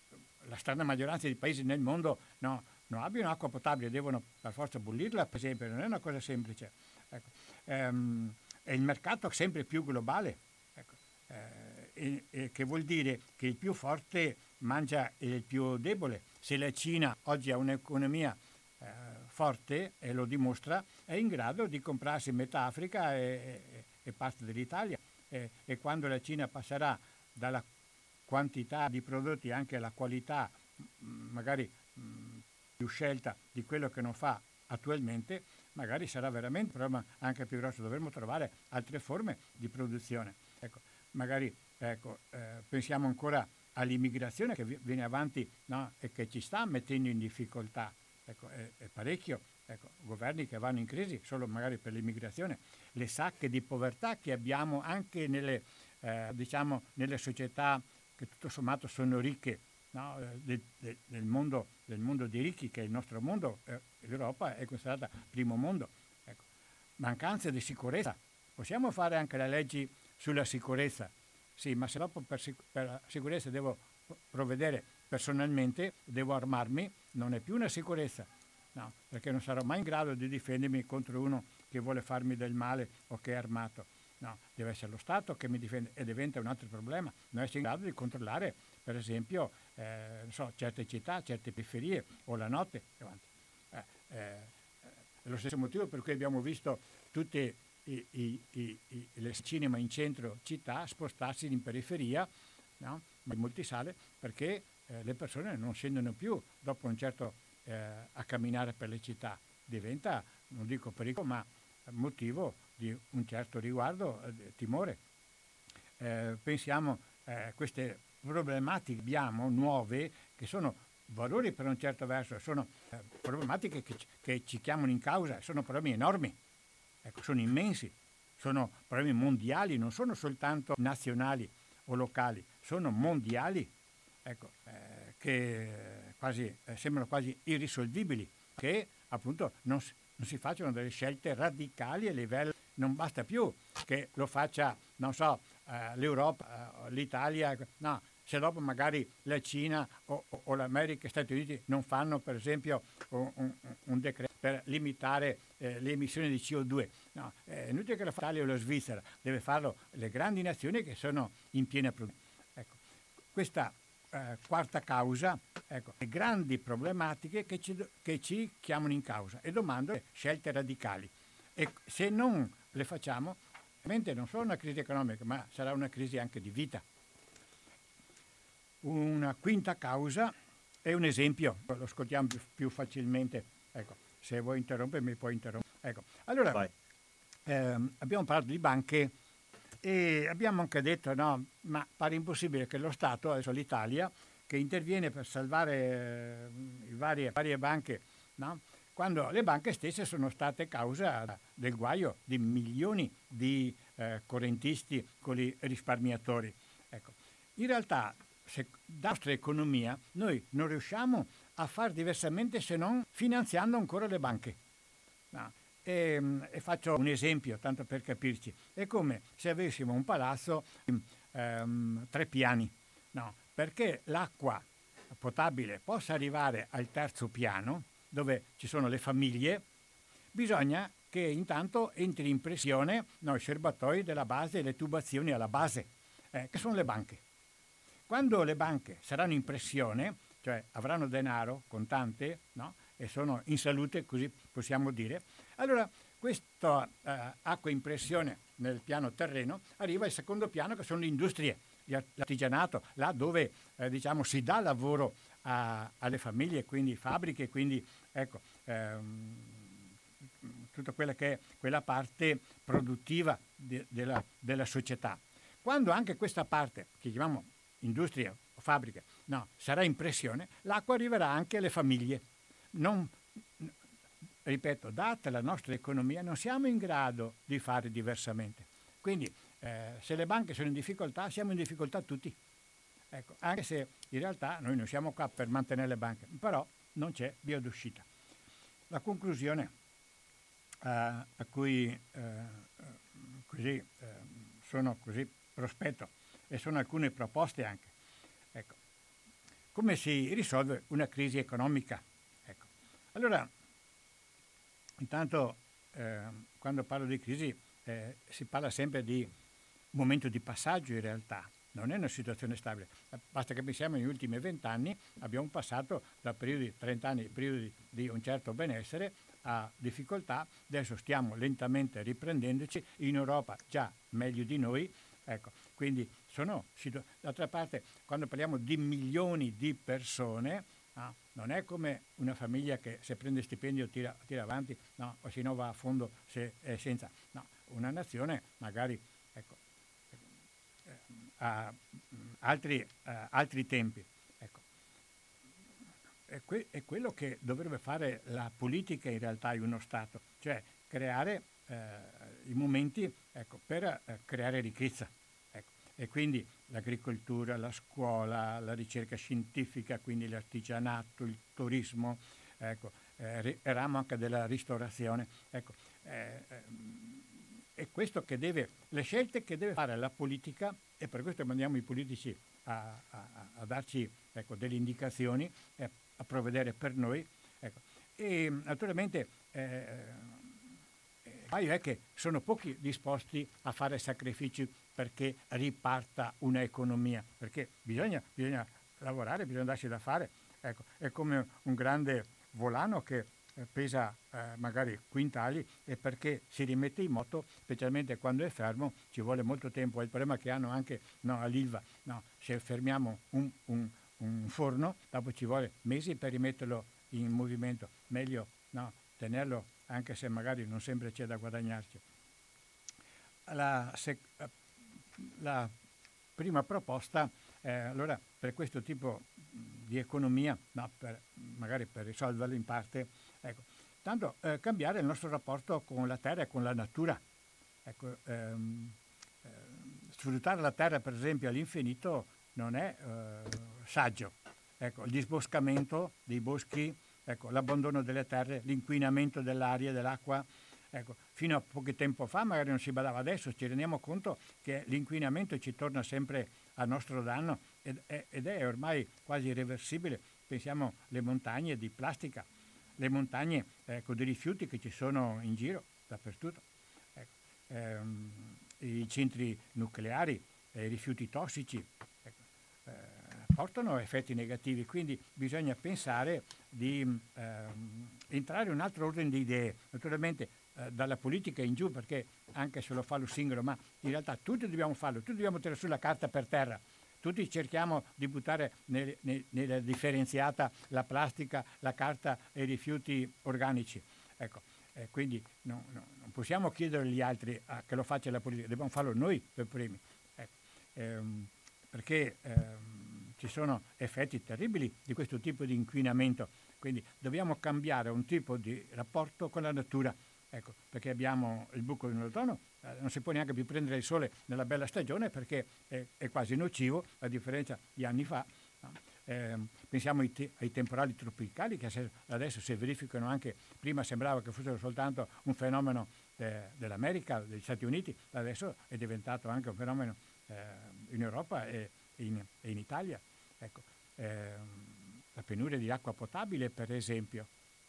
la strana maggioranza dei paesi nel mondo no, non abbiano acqua potabile, devono per forza bollirla, per esempio, non è una cosa semplice. Ecco. Ehm, è il mercato sempre più globale, ecco. eh, e, e che vuol dire che il più forte mangia il più debole. Se la Cina oggi ha un'economia eh, forte, e lo dimostra, è in grado di comprarsi metà Africa e, e, e parte dell'Italia. E, e quando la Cina passerà dalla quantità di prodotti anche alla qualità, magari mh, più scelta di quello che non fa attualmente, magari sarà veramente un problema anche più grosso. Dovremmo trovare altre forme di produzione. Ecco, magari ecco, eh, pensiamo ancora all'immigrazione che viene avanti, no, e che ci sta mettendo in difficoltà. Ecco, è, è parecchio. Ecco, governi che vanno in crisi solo magari per l'immigrazione, le sacche di povertà che abbiamo anche nelle, eh, diciamo, nelle società che tutto sommato sono ricche. No, del, del, del, mondo, del mondo dei ricchi, che è il nostro mondo, eh, l'Europa è considerata primo mondo. Ecco. Mancanza di sicurezza. Possiamo fare anche le leggi sulla sicurezza, sì, ma se dopo per, per la sicurezza devo provvedere personalmente, devo armarmi, non è più una sicurezza, no, perché non sarò mai in grado di difendermi contro uno che vuole farmi del male o che è armato. No, deve essere lo Stato che mi difende, e diventa un altro problema, non essere in grado di controllare per esempio eh, non so, certe città, certe periferie o la notte. Eh, eh, è lo stesso motivo per cui abbiamo visto tutti i, i, i, i le cinema in centro città spostarsi in periferia, no? In molti sale, perché eh, le persone non scendono più dopo un certo eh, a camminare per le città. Diventa, non dico pericolo, ma motivo di un certo riguardo, eh, timore. Eh, pensiamo a eh, queste problematiche abbiamo nuove, che sono valori per un certo verso, sono eh, problematiche che, che ci chiamano in causa, sono problemi enormi, ecco, sono immensi, sono problemi mondiali, non sono soltanto nazionali o locali, sono mondiali, ecco, eh, che quasi, eh, sembrano quasi irrisolvibili, che appunto non, non si facciano delle scelte radicali a livello, non basta più che lo faccia, non so, eh, l'Europa, eh, l'Italia, no, se dopo magari la Cina o, o, o l'America e gli Stati Uniti non fanno per esempio un, un, un decreto per limitare eh, le emissioni di C O due. No, è inutile che lo fa l'Italia o la Svizzera, deve farlo le grandi nazioni che sono in piena produzione. Ecco, questa eh, quarta causa, ecco, le grandi problematiche che ci, che ci chiamano in causa e domandano scelte radicali. E se non le facciamo, ovviamente non solo una crisi economica, ma sarà una crisi anche di vita. Una quinta causa è un esempio, lo ascoltiamo più, più facilmente. Ecco, se vuoi interrompermi puoi interrompere. Ecco, allora ehm, abbiamo parlato di banche e abbiamo anche detto no, ma pare impossibile che lo Stato, adesso l'Italia, che interviene per salvare eh, le varie, varie banche, no? Quando le banche stesse sono state causa del guaio di milioni di eh, correntisti con i risparmiatori. Ecco, in realtà se, la nostra economia noi non riusciamo a far diversamente se non finanziando ancora le banche. No. E, e faccio un esempio, tanto per capirci. È come se avessimo un palazzo ehm, tre piani, no, perché l'acqua potabile possa arrivare al terzo piano, dove ci sono le famiglie, bisogna che intanto entri in pressione no, i serbatoi della base e le tubazioni alla base, eh, che sono le banche. Quando le banche saranno in pressione, cioè avranno denaro, contante, no? E sono in salute, così possiamo dire, allora questa eh, acqua in pressione nel piano terreno arriva al secondo piano, che sono le industrie, l'artigianato, là dove eh, diciamo, si dà lavoro a, alle famiglie, quindi fabbriche, quindi ecco, ehm, tutta quella che è quella parte produttiva de, della, della società. Quando anche questa parte, che chiamiamo industria o fabbrica, no, sarà in pressione, l'acqua arriverà anche alle famiglie. Non, ripeto, data la nostra economia, non siamo in grado di fare diversamente. Quindi eh, se le banche sono in difficoltà, siamo in difficoltà tutti. Ecco, anche se in realtà noi non siamo qua per mantenere le banche, però non c'è via d'uscita. La conclusione eh, a cui eh, così, eh, sono così prospetto e sono alcune proposte anche. Ecco, come si risolve una crisi economica? Ecco. Allora, intanto eh, quando parlo di crisi eh, si parla sempre di momento di passaggio in realtà, non è una situazione stabile. Basta che pensiamo negli ultimi vent'anni abbiamo passato da periodi, trent'anni, periodi di un certo benessere a difficoltà, adesso stiamo lentamente riprendendoci, in Europa già meglio di noi, ecco, quindi sono, d'altra parte quando parliamo di milioni di persone, no, non è come una famiglia che se prende stipendio tira, tira avanti, no, o se no va a fondo se è senza, no, una nazione magari, ecco, a altri, a altri tempi. Ecco. È, que- è quello che dovrebbe fare la politica in realtà in uno Stato, cioè creare eh, i momenti ecco, per eh, creare ricchezza. Ecco. E quindi l'agricoltura, la scuola, la ricerca scientifica, quindi l'artigianato, il turismo, ecco, eh, il ramo anche della ristorazione. Ecco, eh, è questo che deve, le scelte che deve fare la politica, e per questo mandiamo i politici a, a, a darci ecco, delle indicazioni, eh, a provvedere per noi. Ecco. E naturalmente eh, eh, è che sono pochi disposti a fare sacrifici perché riparta un'economia, perché bisogna, bisogna lavorare, bisogna darsi da fare. Ecco, è come un grande volano che pesa eh, magari quintali e perché si rimette in moto, specialmente quando è fermo, ci vuole molto tempo. Il problema che hanno anche no, all'Ilva, no, se fermiamo un, un, un forno, dopo ci vuole mesi per rimetterlo in movimento. Meglio no, tenerlo, anche se magari non sempre c'è da guadagnarci. La, se, la prima proposta, eh, allora per questo tipo di economia, no, per, magari per risolverlo in parte, ecco, tanto eh, cambiare il nostro rapporto con la terra e con la natura. Ecco, ehm, eh, sfruttare la terra per esempio all'infinito non è eh, saggio. Ecco, il disboscamento dei boschi, ecco, l'abbandono delle terre, l'inquinamento dell'aria e dell'acqua. Ecco, fino a poco tempo fa magari non si badava, adesso ci rendiamo conto che l'inquinamento ci torna sempre a nostro danno ed è, ed è ormai quasi irreversibile. Pensiamo alle montagne di plastica, le montagne ecco, dei rifiuti che ci sono in giro dappertutto. Ecco, ehm, i centri nucleari, eh, i rifiuti tossici ecco, eh, portano effetti negativi, quindi bisogna pensare di ehm, entrare in un altro ordine di idee, naturalmente eh, dalla politica in giù, perché anche se lo fa lo singolo, ma in realtà tutti dobbiamo farlo, tutti dobbiamo tirare sulla carta per terra. Tutti cerchiamo di buttare nel, nel, nella differenziata la plastica, la carta e i rifiuti organici. Ecco, eh, quindi no, no, non possiamo chiedere agli altri a, che lo faccia la politica, dobbiamo farlo noi per primi. Ecco, ehm, perché ehm, ci sono effetti terribili di questo tipo di inquinamento, quindi dobbiamo cambiare un tipo di rapporto con la natura. Ecco, perché abbiamo il buco nell'ozono, eh, non si può neanche più prendere il sole nella bella stagione perché è, è quasi nocivo, a differenza di anni fa. No? Eh, pensiamo ai, te- ai temporali tropicali che adesso si verificano anche, prima sembrava che fossero soltanto un fenomeno eh, dell'America, degli Stati Uniti, adesso è diventato anche un fenomeno eh, in Europa e in, e in Italia. Ecco, eh, la penuria di acqua potabile, per esempio.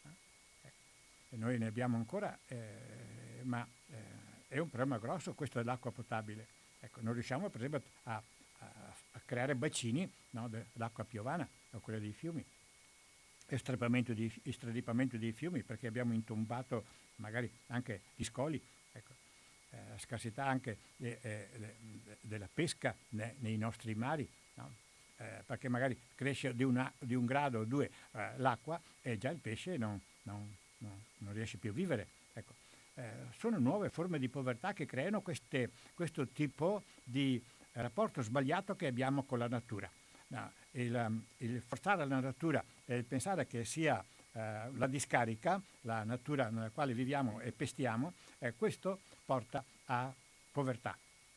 E noi ne abbiamo ancora, eh, ma eh, è un problema grosso questo dell'acqua potabile. Ecco, non riusciamo per esempio a, a, a creare bacini no, dell'acqua piovana o quella dei fiumi, estradipamento di, estradipamento dei fiumi perché abbiamo intombato magari anche gli scoli. Ecco, eh, scarsità anche de, eh, de, de, della pesca ne, nei nostri mari, no? eh, perché magari cresce di, una, di un grado o due eh, l'acqua e già il pesce non... non No, non riesce più a vivere. Ecco, eh, sono nuove forme di povertà che creano queste, questo tipo di rapporto sbagliato che abbiamo con la natura. No, il, il forzare la natura e il pensare che sia eh, la discarica, la natura nella quale viviamo e pestiamo, eh, questo porta a povertà.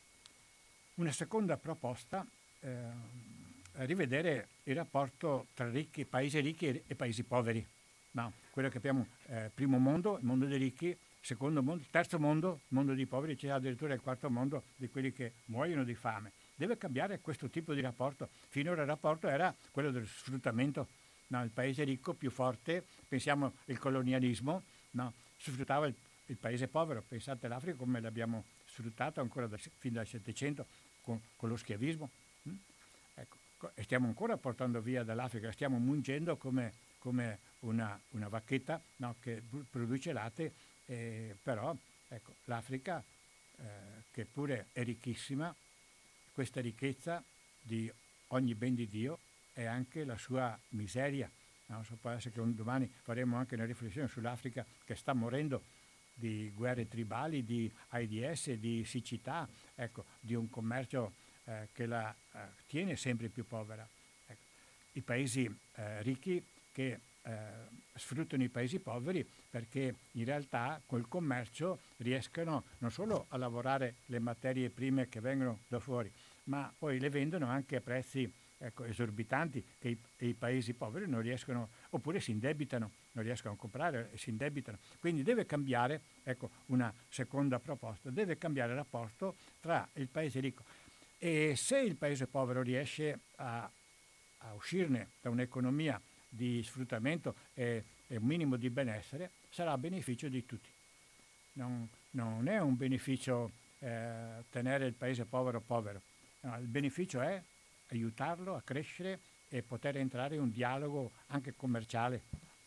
Una seconda proposta eh, è rivedere il rapporto tra ricchi, paesi ricchi e, e paesi poveri. No, quello che abbiamo, eh, primo mondo, il mondo dei ricchi, secondo mondo, terzo mondo, il mondo dei poveri, c'è addirittura il quarto mondo di quelli che muoiono di fame. Deve cambiare questo tipo di rapporto. Finora il rapporto era quello dello sfruttamento. No, il paese ricco più forte, pensiamo il colonialismo, no, sfruttava il, il paese povero. Pensate all'Africa come l'abbiamo sfruttato ancora da, fin dal Settecento con, con lo schiavismo. Hm? Ecco, e stiamo ancora portando via dall'Africa, stiamo mungendo come, come una, una vacchetta no, che produce latte, eh, però ecco, l'Africa, eh, che pure è ricchissima, questa ricchezza di ogni ben di Dio è anche la sua miseria. No? So, può essere che un domani faremo anche una riflessione sull'Africa che sta morendo di guerre tribali, di AIDS, di siccità, ecco, di un commercio eh, che la eh, tiene sempre più povera. Ecco, i paesi eh, ricchi che eh, sfruttano i paesi poveri perché in realtà col commercio riescono non solo a lavorare le materie prime che vengono da fuori, ma poi le vendono anche a prezzi ecco, esorbitanti che i, i paesi poveri non riescono, oppure si indebitano, non riescono a comprare e si indebitano. Quindi deve cambiare, ecco una seconda proposta, deve cambiare il rapporto tra il paese ricco e se il paese povero riesce a, a uscirne da un'economia di sfruttamento e, e un minimo di benessere, sarà a beneficio di tutti. Non, non è un beneficio eh, tenere il paese povero povero, no, il beneficio è aiutarlo a crescere e poter entrare in un dialogo anche commerciale.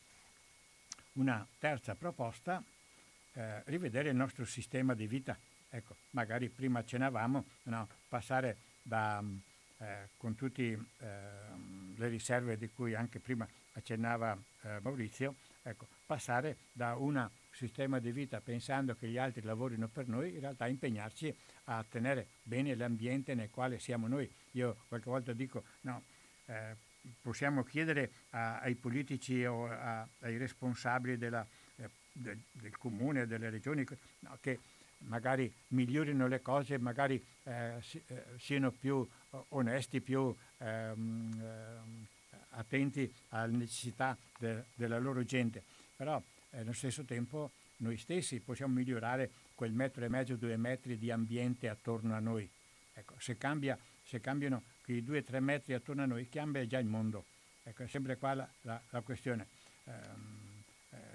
Una terza proposta, eh, rivedere il nostro sistema di vita. Ecco, magari prima accennavamo, no, passare da, eh, con tutte eh, le riserve di cui anche prima accennava eh, Maurizio, ecco, passare da un sistema di vita pensando che gli altri lavorino per noi, in realtà impegnarci a tenere bene l'ambiente nel quale siamo noi. Io qualche volta dico, no, eh, possiamo chiedere a, ai politici o a, ai responsabili della, eh, del, del comune, delle regioni, no, che magari migliorino le cose, magari eh, si, eh, siano più onesti, più ehm, ehm, attenti alle necessità de, della loro gente, però eh, allo stesso tempo noi stessi possiamo migliorare quel metro e mezzo, due metri di ambiente attorno a noi. Ecco, se, cambia, se cambiano quei due o tre metri attorno a noi, cambia già il mondo. Ecco, è sempre qua la, la, la questione. Ehm, eh,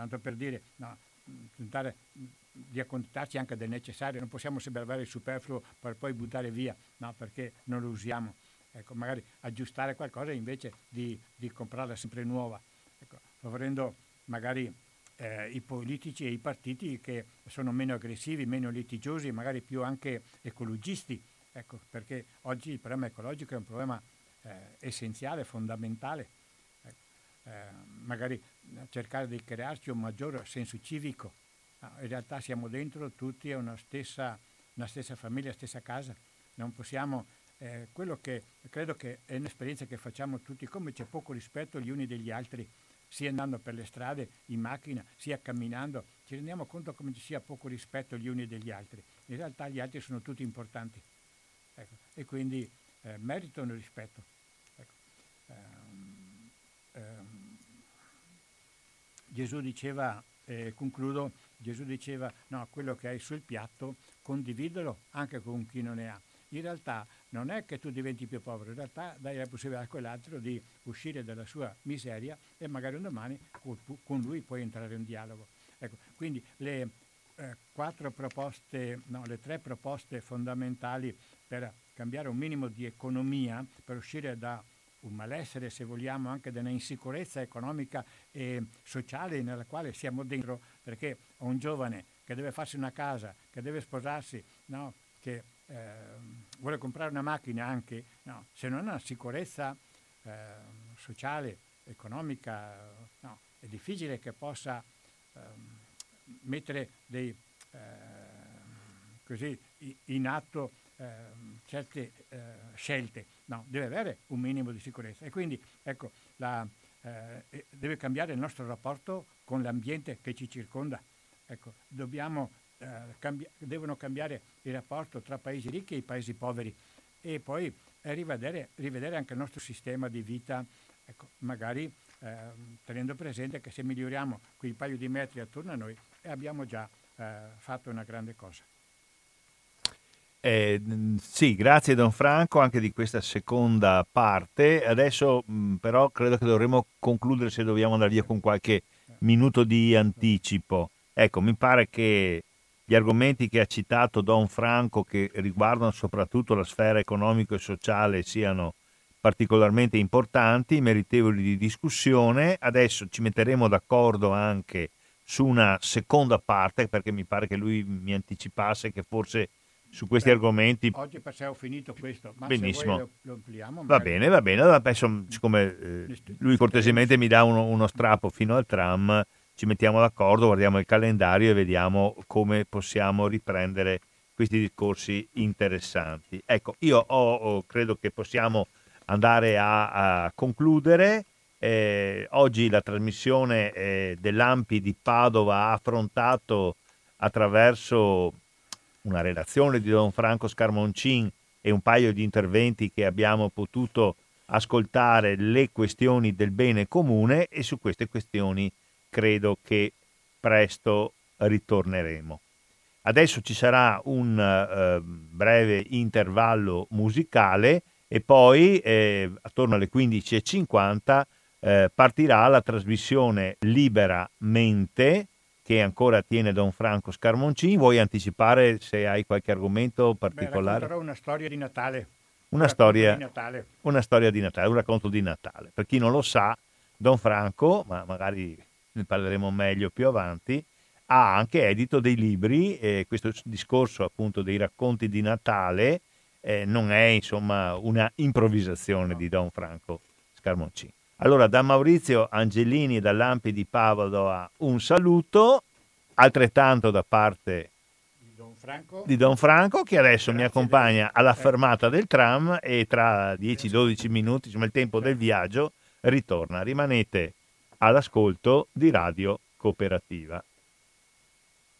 tanto per dire, no, tentare di accontentarci anche del necessario, non possiamo sempre avere il superfluo per poi buttare via, no, perché non lo usiamo. Ecco, magari aggiustare qualcosa invece di, di comprarla sempre nuova, ecco, favorendo magari eh, i politici e i partiti che sono meno aggressivi, meno litigiosi, magari più anche ecologisti, ecco, perché oggi il problema ecologico è un problema eh, essenziale, fondamentale, ecco, eh, magari cercare di crearci un maggior senso civico. No, in realtà siamo dentro tutti a una stessa, una stessa famiglia, stessa casa, non possiamo. Eh, quello che credo che è un'esperienza che facciamo tutti, come c'è poco rispetto gli uni degli altri, sia andando per le strade, in macchina, sia camminando, ci rendiamo conto come ci sia poco rispetto gli uni degli altri. In realtà gli altri sono tutti importanti, ecco, e quindi eh, meritano rispetto. Ecco. Ehm, ehm, Gesù diceva, eh, concludo, Gesù diceva, no, quello che hai sul piatto condividilo anche con chi non ne ha. In realtà non è che tu diventi più povero, in realtà dai la possibilità a quell'altro di uscire dalla sua miseria e magari un domani con lui puoi entrare in dialogo. Ecco, quindi le eh, quattro proposte, no, le tre proposte fondamentali per cambiare un minimo di economia, per uscire da un malessere, se vogliamo, anche da una insicurezza economica e sociale nella quale siamo dentro, perché un giovane che deve farsi una casa, che deve sposarsi, no, che Eh, vuole comprare una macchina anche, no, se non ha sicurezza eh, sociale, economica, no, è difficile che possa eh, mettere dei, eh, così in atto eh, certe eh, scelte, no, deve avere un minimo di sicurezza e quindi ecco, la, eh, deve cambiare il nostro rapporto con l'ambiente che ci circonda, ecco, dobbiamo Eh, cambi- devono cambiare il rapporto tra paesi ricchi e i paesi poveri e poi eh, rivedere, rivedere anche il nostro sistema di vita, ecco, magari eh, tenendo presente che se miglioriamo quei paio di metri attorno a noi eh, abbiamo già eh, fatto una grande cosa.
Eh, sì, grazie Don Franco anche di questa seconda parte. Adesso mh, però credo che dovremo concludere, se dobbiamo andare via con qualche minuto di anticipo. Ecco, mi pare che gli argomenti che ha citato Don Franco, che riguardano soprattutto la sfera economico e sociale, siano particolarmente importanti, meritevoli di discussione. Adesso ci metteremo d'accordo anche su una seconda parte, perché mi pare che lui mi anticipasse che forse su questi
Beh,
argomenti...
Oggi per sé ho finito questo, ma
benissimo.
se vuoi lo, lo ampliamo.
Va bene, va bene. Allora, penso, siccome eh, lui cortesemente mi dà uno, uno strappo fino al tram, ci mettiamo d'accordo, guardiamo il calendario e vediamo come possiamo riprendere questi discorsi interessanti. Ecco, io ho, ho, credo che possiamo andare a, a concludere. Eh, oggi la trasmissione eh, dell'A M P I di Padova ha affrontato attraverso una relazione di Don Franco Scarmoncin e un paio di interventi che abbiamo potuto ascoltare le questioni del bene comune, e su queste questioni credo che presto ritorneremo. Adesso ci sarà un eh, breve intervallo musicale e poi eh, attorno alle quindici e cinquanta eh, partirà la trasmissione Liberamente, che ancora tiene Don Franco Scarmoncin. Vuoi anticipare se hai qualche argomento particolare?
Beh, racconterò una storia di Natale.
Una
un
storia
di Natale.
Una storia di Natale, un racconto di Natale. Per chi non lo sa, Don Franco, ma magari ne parleremo meglio più avanti, ha anche edito dei libri, e questo discorso appunto dei racconti di Natale eh, non è insomma una improvvisazione no. di Don Franco Scarmoncin. Allora, da Maurizio Angelini e dall'A M P I di Padova un saluto, altrettanto da parte
di Don Franco,
di Don Franco, che adesso
Grazie
mi accompagna
dei...
alla fermata del tram e tra dieci dodici minuti, insomma il tempo del viaggio, ritorna. Rimanete all'ascolto di Radio Cooperativa.